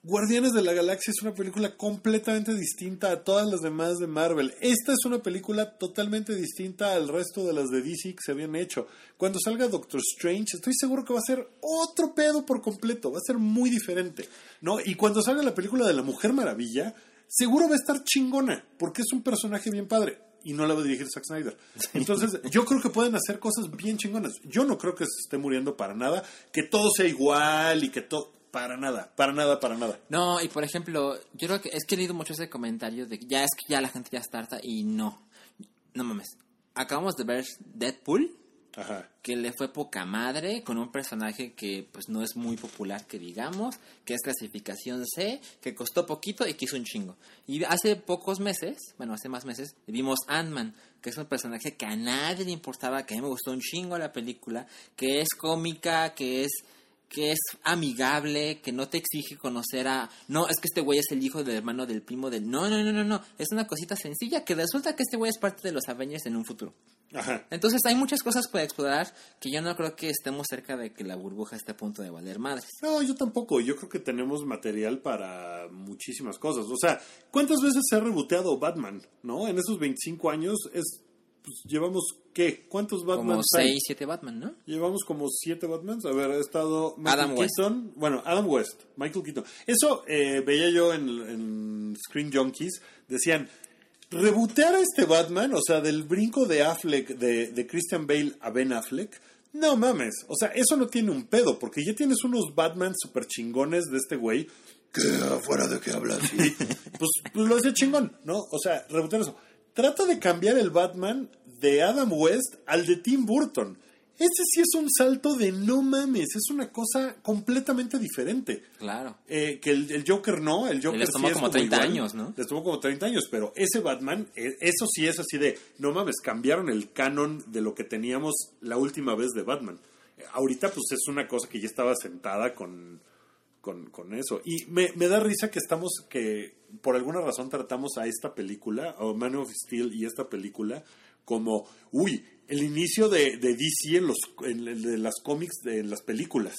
Guardianes de la Galaxia es una película completamente distinta a todas las demás de Marvel. Esta es una película totalmente distinta al resto de las de D C que se habían hecho. Cuando salga Doctor Strange, estoy seguro que va a ser otro pedo por completo. Va a ser muy diferente, ¿no? Y cuando salga la película de la Mujer Maravilla, seguro va a estar chingona, porque es un personaje bien padre. Y no la va a dirigir Zack Snyder. Entonces, yo creo que pueden hacer cosas bien chingonas. Yo no creo que se esté muriendo para nada, que todo sea igual y que todo... Para nada, para nada, para nada. No, y por ejemplo, yo creo que es que he leído mucho ese comentario de que ya es que ya la gente ya está harta y no. No mames. Acabamos de ver Deadpool, Ajá. que le fue poca madre con un personaje que pues no es muy popular, que digamos, que es clasificación C, que costó poquito y que hizo un chingo. Y hace pocos meses, bueno, hace más meses, vimos Ant-Man, que es un personaje que a nadie le importaba, que a mí me gustó un chingo la película, que es cómica, que es... que es amigable, que no te exige conocer a... No, es que este güey es el hijo del hermano del primo del... No, no, no, no, no. Es una cosita sencilla que resulta que este güey es parte de los Avengers en un futuro. Ajá. Entonces hay muchas cosas por explorar que yo no creo que estemos cerca de que la burbuja esté a punto de valer madres. No, yo tampoco. Yo creo que tenemos material para muchísimas cosas. O sea, ¿cuántas veces se ha reboteado Batman? ¿No? En esos veinticinco años es... Pues llevamos, ¿qué? ¿Cuántos Batman? Como seis, siete Batman, ¿no? Llevamos como siete Batmans. A ver, ha estado Michael Adam West. Keaton. Bueno, Adam West, Michael Keaton. Eso eh, veía yo en, en Screen Junkies. Decían, rebotear a este Batman, o sea, del brinco de Affleck, de, de Christian Bale a Ben Affleck, no mames. O sea, eso no tiene un pedo, porque ya tienes unos Batman super chingones de este güey, que fuera de que hablas, y, pues, pues lo hace chingón, ¿no? O sea, rebotear eso. Trata de cambiar el Batman de Adam West al de Tim Burton. Ese sí es un salto de no mames, es una cosa completamente diferente. Claro. Eh, que el, el Joker no, el Joker Les tomó sí como es treinta igual. años, ¿no? Les tomó como treinta años, pero ese Batman, eh, eso sí es así de, no mames, cambiaron el canon de lo que teníamos la última vez de Batman. Eh, ahorita pues es una cosa que ya estaba sentada con... Con, con eso. Y me, me da risa que estamos, que por alguna razón tratamos a esta película, o Man of Steel y esta película, como, uy, el inicio de, de D C en los en, en, de las cómics, de en las películas.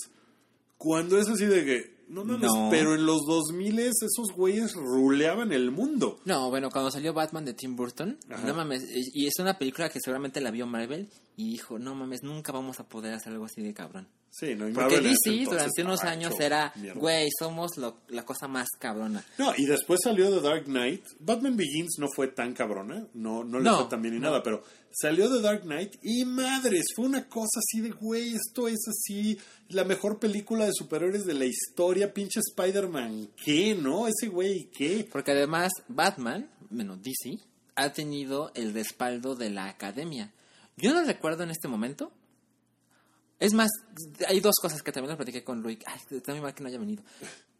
Cuando es así de que, no mames, no. Pero en los dos mil esos güeyes ruleaban el mundo. No, bueno, cuando salió Batman de Tim Burton, ajá, no mames, y es una película que seguramente la vio Marvel y dijo, no mames, nunca vamos a poder hacer algo así de cabrón. Sí, no, y porque D C durante unos años era, güey, somos lo, la cosa más cabrona. No, y después salió The Dark Knight. Batman Begins no fue tan cabrona, no, no le no, fue tan bien ni no. nada, pero salió The Dark Knight y madres, fue una cosa así de, güey, esto es así, la mejor película de superhéroes de la historia, pinche Spider-Man, ¿qué, no? Ese güey, ¿qué? Porque además Batman, bueno, D C, ha tenido el respaldo de la Academia. Yo no recuerdo en este momento. Es más, hay dos cosas que también lo platiqué con Luis. Ay, está muy mal que no haya venido.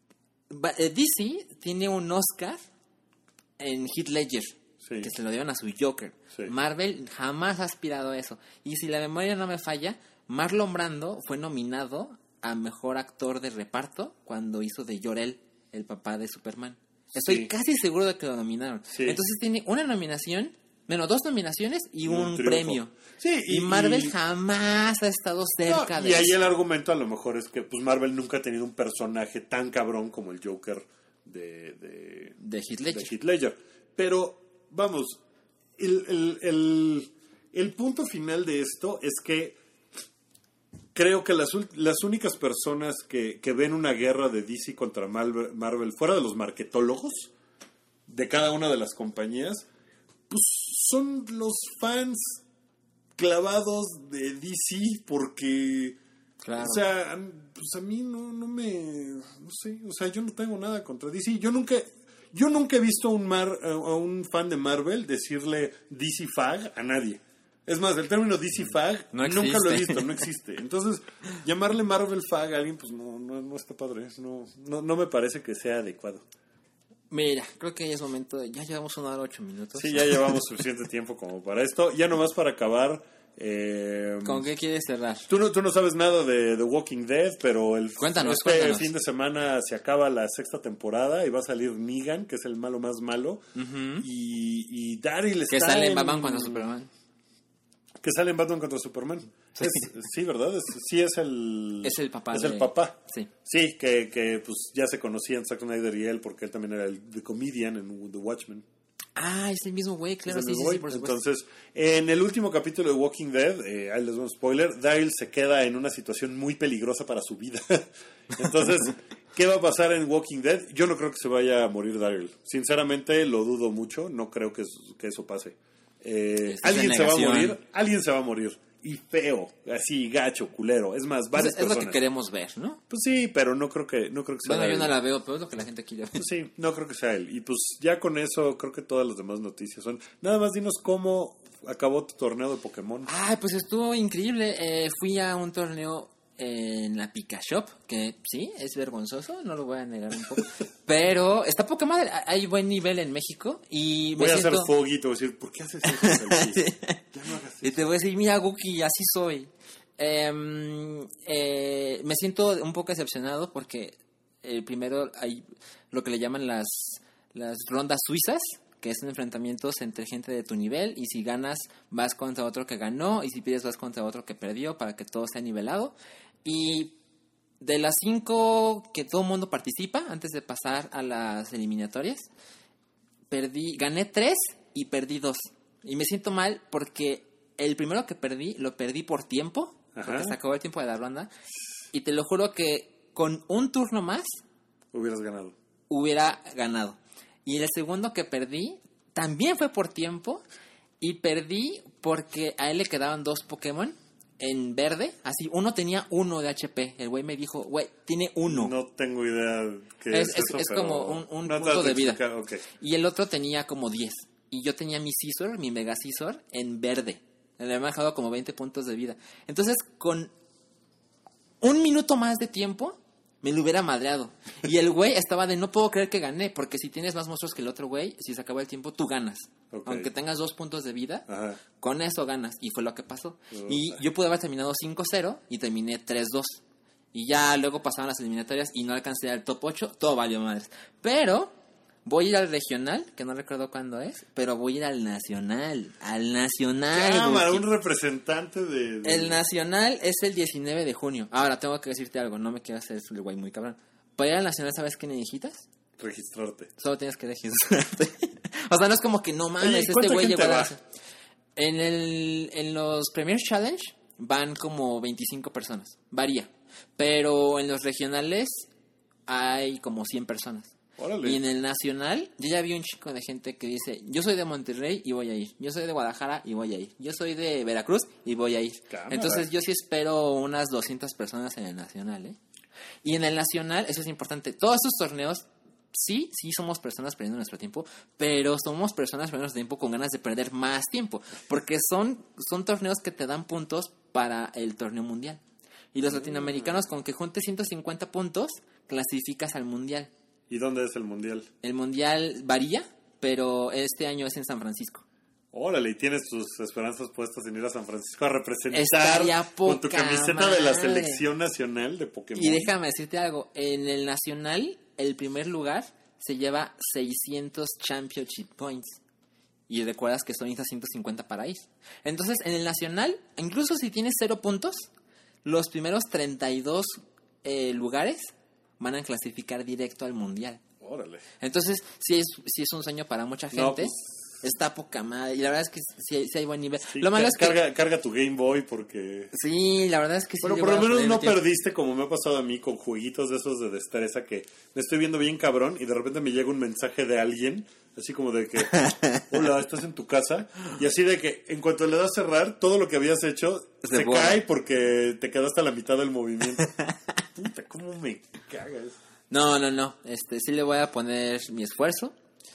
D C tiene un Oscar en Heath Ledger, sí, que se lo dieron a su Joker. Sí. Marvel jamás ha aspirado a eso. Y si la memoria no me falla, Marlon Brando fue nominado a Mejor Actor de Reparto cuando hizo de Jor-El, el papá de Superman. Estoy sí. casi seguro de que lo nominaron. Sí. Entonces tiene una nominación... Bueno, dos nominaciones y un, un premio. Sí, y, y Marvel y... jamás ha estado cerca no, de y eso. Y ahí eso. el argumento a lo mejor es que pues Marvel nunca ha tenido un personaje tan cabrón como el Joker de... De, de Heath Ledger. De Heath Ledger. Pero, vamos, el, el, el, el punto final de esto es que creo que las, las únicas personas que, que ven una guerra de D C contra Marvel, Marvel, fuera de los marketólogos de cada una de las compañías, pues son los fans clavados de D C porque, claro. O sea, pues a mí no, no me, no sé, o sea, yo no tengo nada contra D C. Yo nunca, yo nunca he visto a un, Mar, a un fan de Marvel decirle D C Fag a nadie. Es más, el término D C Fag no nunca lo he visto, no existe. Entonces, llamarle Marvel Fag a alguien, pues no, no, no está padre, no, no, no me parece que sea adecuado. Mira, creo que ya es momento de... Ya llevamos una hora ocho minutos. Sí, ya llevamos suficiente tiempo como para esto. Ya nomás para acabar... Eh, ¿Con qué quieres cerrar? Tú no, tú no sabes nada de The Walking Dead, pero el cuéntanos, este cuéntanos. fin de semana se acaba la sexta temporada y va a salir Negan, que es el malo más malo. Uh-huh. Y, y Daryl está que sale en en... Batman cuando Superman. Que que sale en Batman contra Superman. Sí, es, sí ¿verdad? Es, sí es el... Es el papá. Es de... el papá. Sí. Sí, que, que pues ya se conocían Zack Snyder y él porque él también era el The Comedian en The Watchmen. Ah, es el mismo güey, claro, sí, sí, güey. sí, por supuesto. Entonces, en el último capítulo de Walking Dead, eh, ahí les doy un spoiler, Daryl se queda en una situación muy peligrosa para su vida. Entonces, ¿qué va a pasar en Walking Dead? Yo no creo que se vaya a morir Daryl. Sinceramente, lo dudo mucho, no creo que, que eso pase. Eh, alguien se va a morir, alguien se va a morir. Y feo, así, gacho, culero. Es más, varias pues es personas. lo que queremos ver, ¿no? Pues sí, pero no creo que, no creo que sea Bueno, él. yo no la veo, pero es lo que la gente quiere ver. Pues sí, no creo que sea él. Y pues ya con eso creo que todas las demás noticias son... Nada más dinos cómo acabó tu torneo de Pokémon. Ay, pues estuvo increíble. Eh, fui a un torneo en la Pika Shop, que sí, es vergonzoso, no lo voy a negar un poco. Pero está poca madre, hay buen nivel en México y voy me a siento... hacer foguito, voy a decir, ¿por qué haces eso? Ya no hagas eso. Y te voy a decir, mira, Guki, así soy. Eh, eh, me siento un poco decepcionado porque eh, primero hay lo que le llaman las, las rondas suizas, que son enfrentamientos entre gente de tu nivel, y si ganas vas contra otro que ganó, y si pierdes vas contra otro que perdió, para que todo sea nivelado. Y de las cinco que todo el mundo participa antes de pasar a las eliminatorias, perdí, gané tres y perdí dos. Y me siento mal porque el primero que perdí, lo perdí por tiempo, Ajá. porque se acabó el tiempo de la ronda, y te lo juro que con un turno más hubieras ganado. Hubiera ganado. Y el segundo que perdí también fue por tiempo, y perdí porque a él le quedaban dos Pokémon en verde, así, uno tenía uno de H P. El güey me dijo, güey, tiene uno. No tengo idea qué es. Es, es, eso, es pero... como un, un no punto de vida. Okay. Y el otro tenía como diez. Y yo tenía mi Scizor, mi Mega Scizor, en verde. Le había bajado como veinte puntos de vida. Entonces, con un minuto más de tiempo, me lo hubiera madreado. Y el güey estaba de, no puedo creer que gané, porque si tienes más monstruos que el otro güey, si se acabó el tiempo, tú ganas. Okay. Aunque tengas dos puntos de vida, Ajá. con eso ganas. Y fue lo que pasó. Uh, y yo pude haber terminado cinco cero y terminé tres dos. Y ya luego pasaron las eliminatorias y no alcancé al top ocho. Todo valió madres. Pero voy a ir al regional, que no recuerdo cuándo es, pero voy a ir al nacional. Al nacional. Cámara, un representante de, de... El nacional es el diecinueve de junio. Ahora, tengo que decirte algo, no me quiero hacer el güey muy cabrón. Para ir al nacional, ¿sabes qué necesitas? Registrarte. Solo tienes que registrarte. O sea, no es como que no mames, Oye, este güey llegó a va? En, el, en los Premier Challenge van como veinticinco personas. Varía. Pero en los regionales hay como cien personas. Órale. Y en el nacional, yo ya vi un chico de gente que dice, yo soy de Monterrey y voy a ir. Yo soy de Guadalajara y voy a ir. Yo soy de Veracruz y voy a ir. Cámara. Entonces yo sí espero unas doscientas personas en el nacional, ¿eh? Y en el nacional, eso es importante, todos esos torneos, sí, sí somos personas perdiendo nuestro tiempo, pero somos personas perdiendo nuestro tiempo con ganas de perder más tiempo, porque son, son torneos que te dan puntos para el torneo mundial. Y los latinoamericanos, con que juntes ciento cincuenta puntos, clasificas al mundial. ¿Y dónde es el mundial? El mundial varía, pero este año es en San Francisco. Órale, y tienes tus esperanzas puestas en ir a San Francisco a representar Estaría con tu camiseta madre. de la selección nacional de Pokémon. Y déjame decirte algo, en el nacional, el primer lugar se lleva seiscientos Championship Points. Y recuerdas que son ciento cincuenta para ir. Entonces, en el nacional, incluso si tienes cero puntos, los primeros treinta y dos eh, lugares van a clasificar directo al mundial. Órale. Entonces, sí es, sí es un sueño para mucha gente. No, pues... Está poca madre. Y la verdad es que sí, sí hay buen nivel. Sí, lo malo es que... carga, carga tu Game Boy porque... Sí, la verdad es que sí. Pero por lo menos no perdiste como me ha pasado a mí con jueguitos de esos de destreza que me estoy viendo bien cabrón y de repente me llega un mensaje de alguien así como de que hola, estás en tu casa y así de que en cuanto le das cerrar todo lo que habías hecho se, se cae porque te quedaste a la mitad del movimiento. Puta, cómo me cagas. No, no, no. Este, sí le voy a poner mi esfuerzo.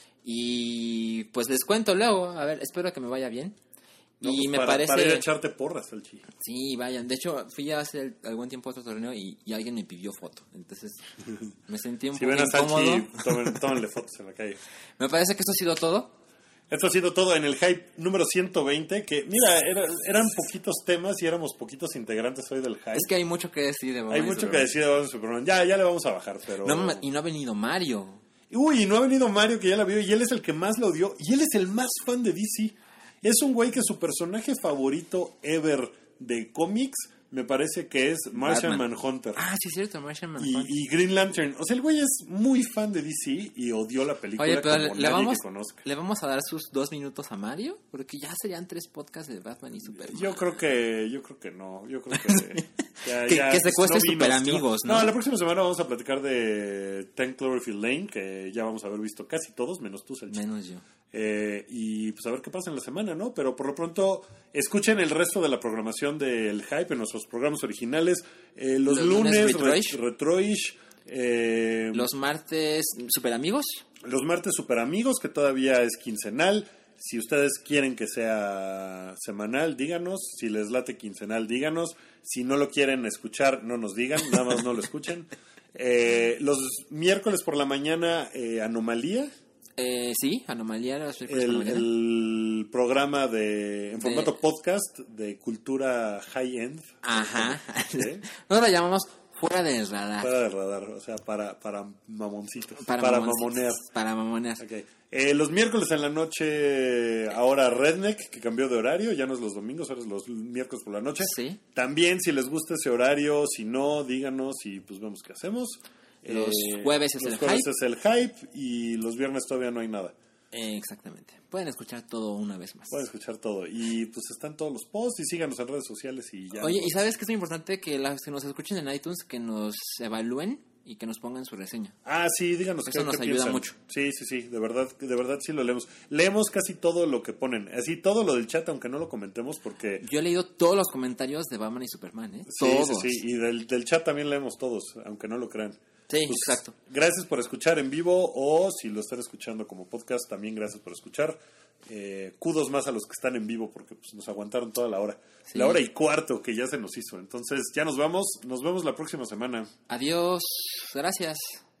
Y pues les cuento luego, a ver, espero que me vaya bien. No, y pues me para, parece... para ir a echarte porras al chico. Sí, vayan. De hecho, fui hace algún tiempo a otro torneo y, y alguien me pidió foto. Entonces, me sentí un si poco incómodo. Si ven a Salchi, tómenle fotos en la calle. Me parece que esto ha sido todo. Esto ha sido todo en el Hype número ciento veinte, que mira, era, eran poquitos temas y éramos poquitos integrantes hoy del Hype. Es que hay mucho que decir de Hay mucho que decir de Batman Superman. Ya, ya le vamos a bajar, pero... No, y no ha venido Mario. Uy, y no ha venido Mario, que ya la vio, y él es el que más lo odió, y él es el más fan de D C. Es un güey que su personaje favorito ever de cómics me parece que es Martian Batman. Manhunter. Ah, sí, es cierto, Martian Y, Manhunter. y Green Lantern. O sea, el güey es muy fan de D C y odió la película. Oye, pero como le, nadie le vamos, que conozca. ¿le vamos a dar sus dos minutos a Mario? Porque ya serían tres podcasts de Batman y Superman. Yo creo que, yo creo que no. Yo creo que ya, que, ya que se cueste no Super vino, Amigos, ¿no? ¿no? No, la próxima semana vamos a platicar de Ten Cloverfield Lane, que ya vamos a haber visto casi todos, menos tú, Salchi. Menos yo. Eh, y pues a ver qué pasa en la semana, ¿no? Pero por lo pronto, escuchen el resto de la programación del Hype en nuestros programas originales. Eh, los, Los lunes, lunes, Re- Retroish. Retroish. Eh, Los martes, Super Amigos. los martes Super Amigos, que todavía es quincenal. Si ustedes quieren que sea semanal, díganos. Si les late quincenal, díganos. Si no lo quieren escuchar, no nos digan. Nada más no lo escuchen. Eh, los miércoles por la mañana, eh, Anomalía. Eh, sí, Anomalía. Los miércoles por la El, mañana. el programa de en De- formato podcast de cultura high-end. Ajá. ¿Sí? Nosotros lo llamamos Fuera del Radar. Fuera de radar, o sea, para, para mamoncitos. Para, Para, mamoncitos, mamonear. Para mamonear. Ok. Eh, los miércoles en la noche, ahora Redneck, que cambió de horario, ya no es los domingos, ahora es los miércoles por la noche. Sí. También, si les gusta ese horario, si no, díganos y pues vemos qué hacemos. Los Eh, jueves es los el jueves hype. es el hype y los viernes todavía no hay nada. Eh, exactamente. Pueden escuchar todo una vez más. Pueden escuchar todo. Y pues están todos los posts y síganos en redes sociales y ya. Oye, ¿y sabes que es muy importante que los que nos escuchen en iTunes, que nos evalúen y que nos pongan su reseña? Ah, sí, díganos Eso qué, nos qué ayuda piensan. mucho. Sí, sí, sí, de verdad, de verdad sí lo leemos. Leemos casi todo lo que ponen. Así todo lo del chat, aunque no lo comentemos porque... Yo he leído todos los comentarios de Batman y Superman, ¿eh? Sí, todos. sí, sí, y del, del chat también leemos todos, aunque no lo crean. Sí, Pues, exacto. Gracias por escuchar en vivo o si lo están escuchando como podcast, también gracias por escuchar. Eh, kudos más a los que están en vivo porque pues, nos aguantaron toda la hora. Sí. La hora y cuarto que ya se nos hizo. Entonces ya nos vamos. Nos vemos la próxima semana. Adiós. Gracias.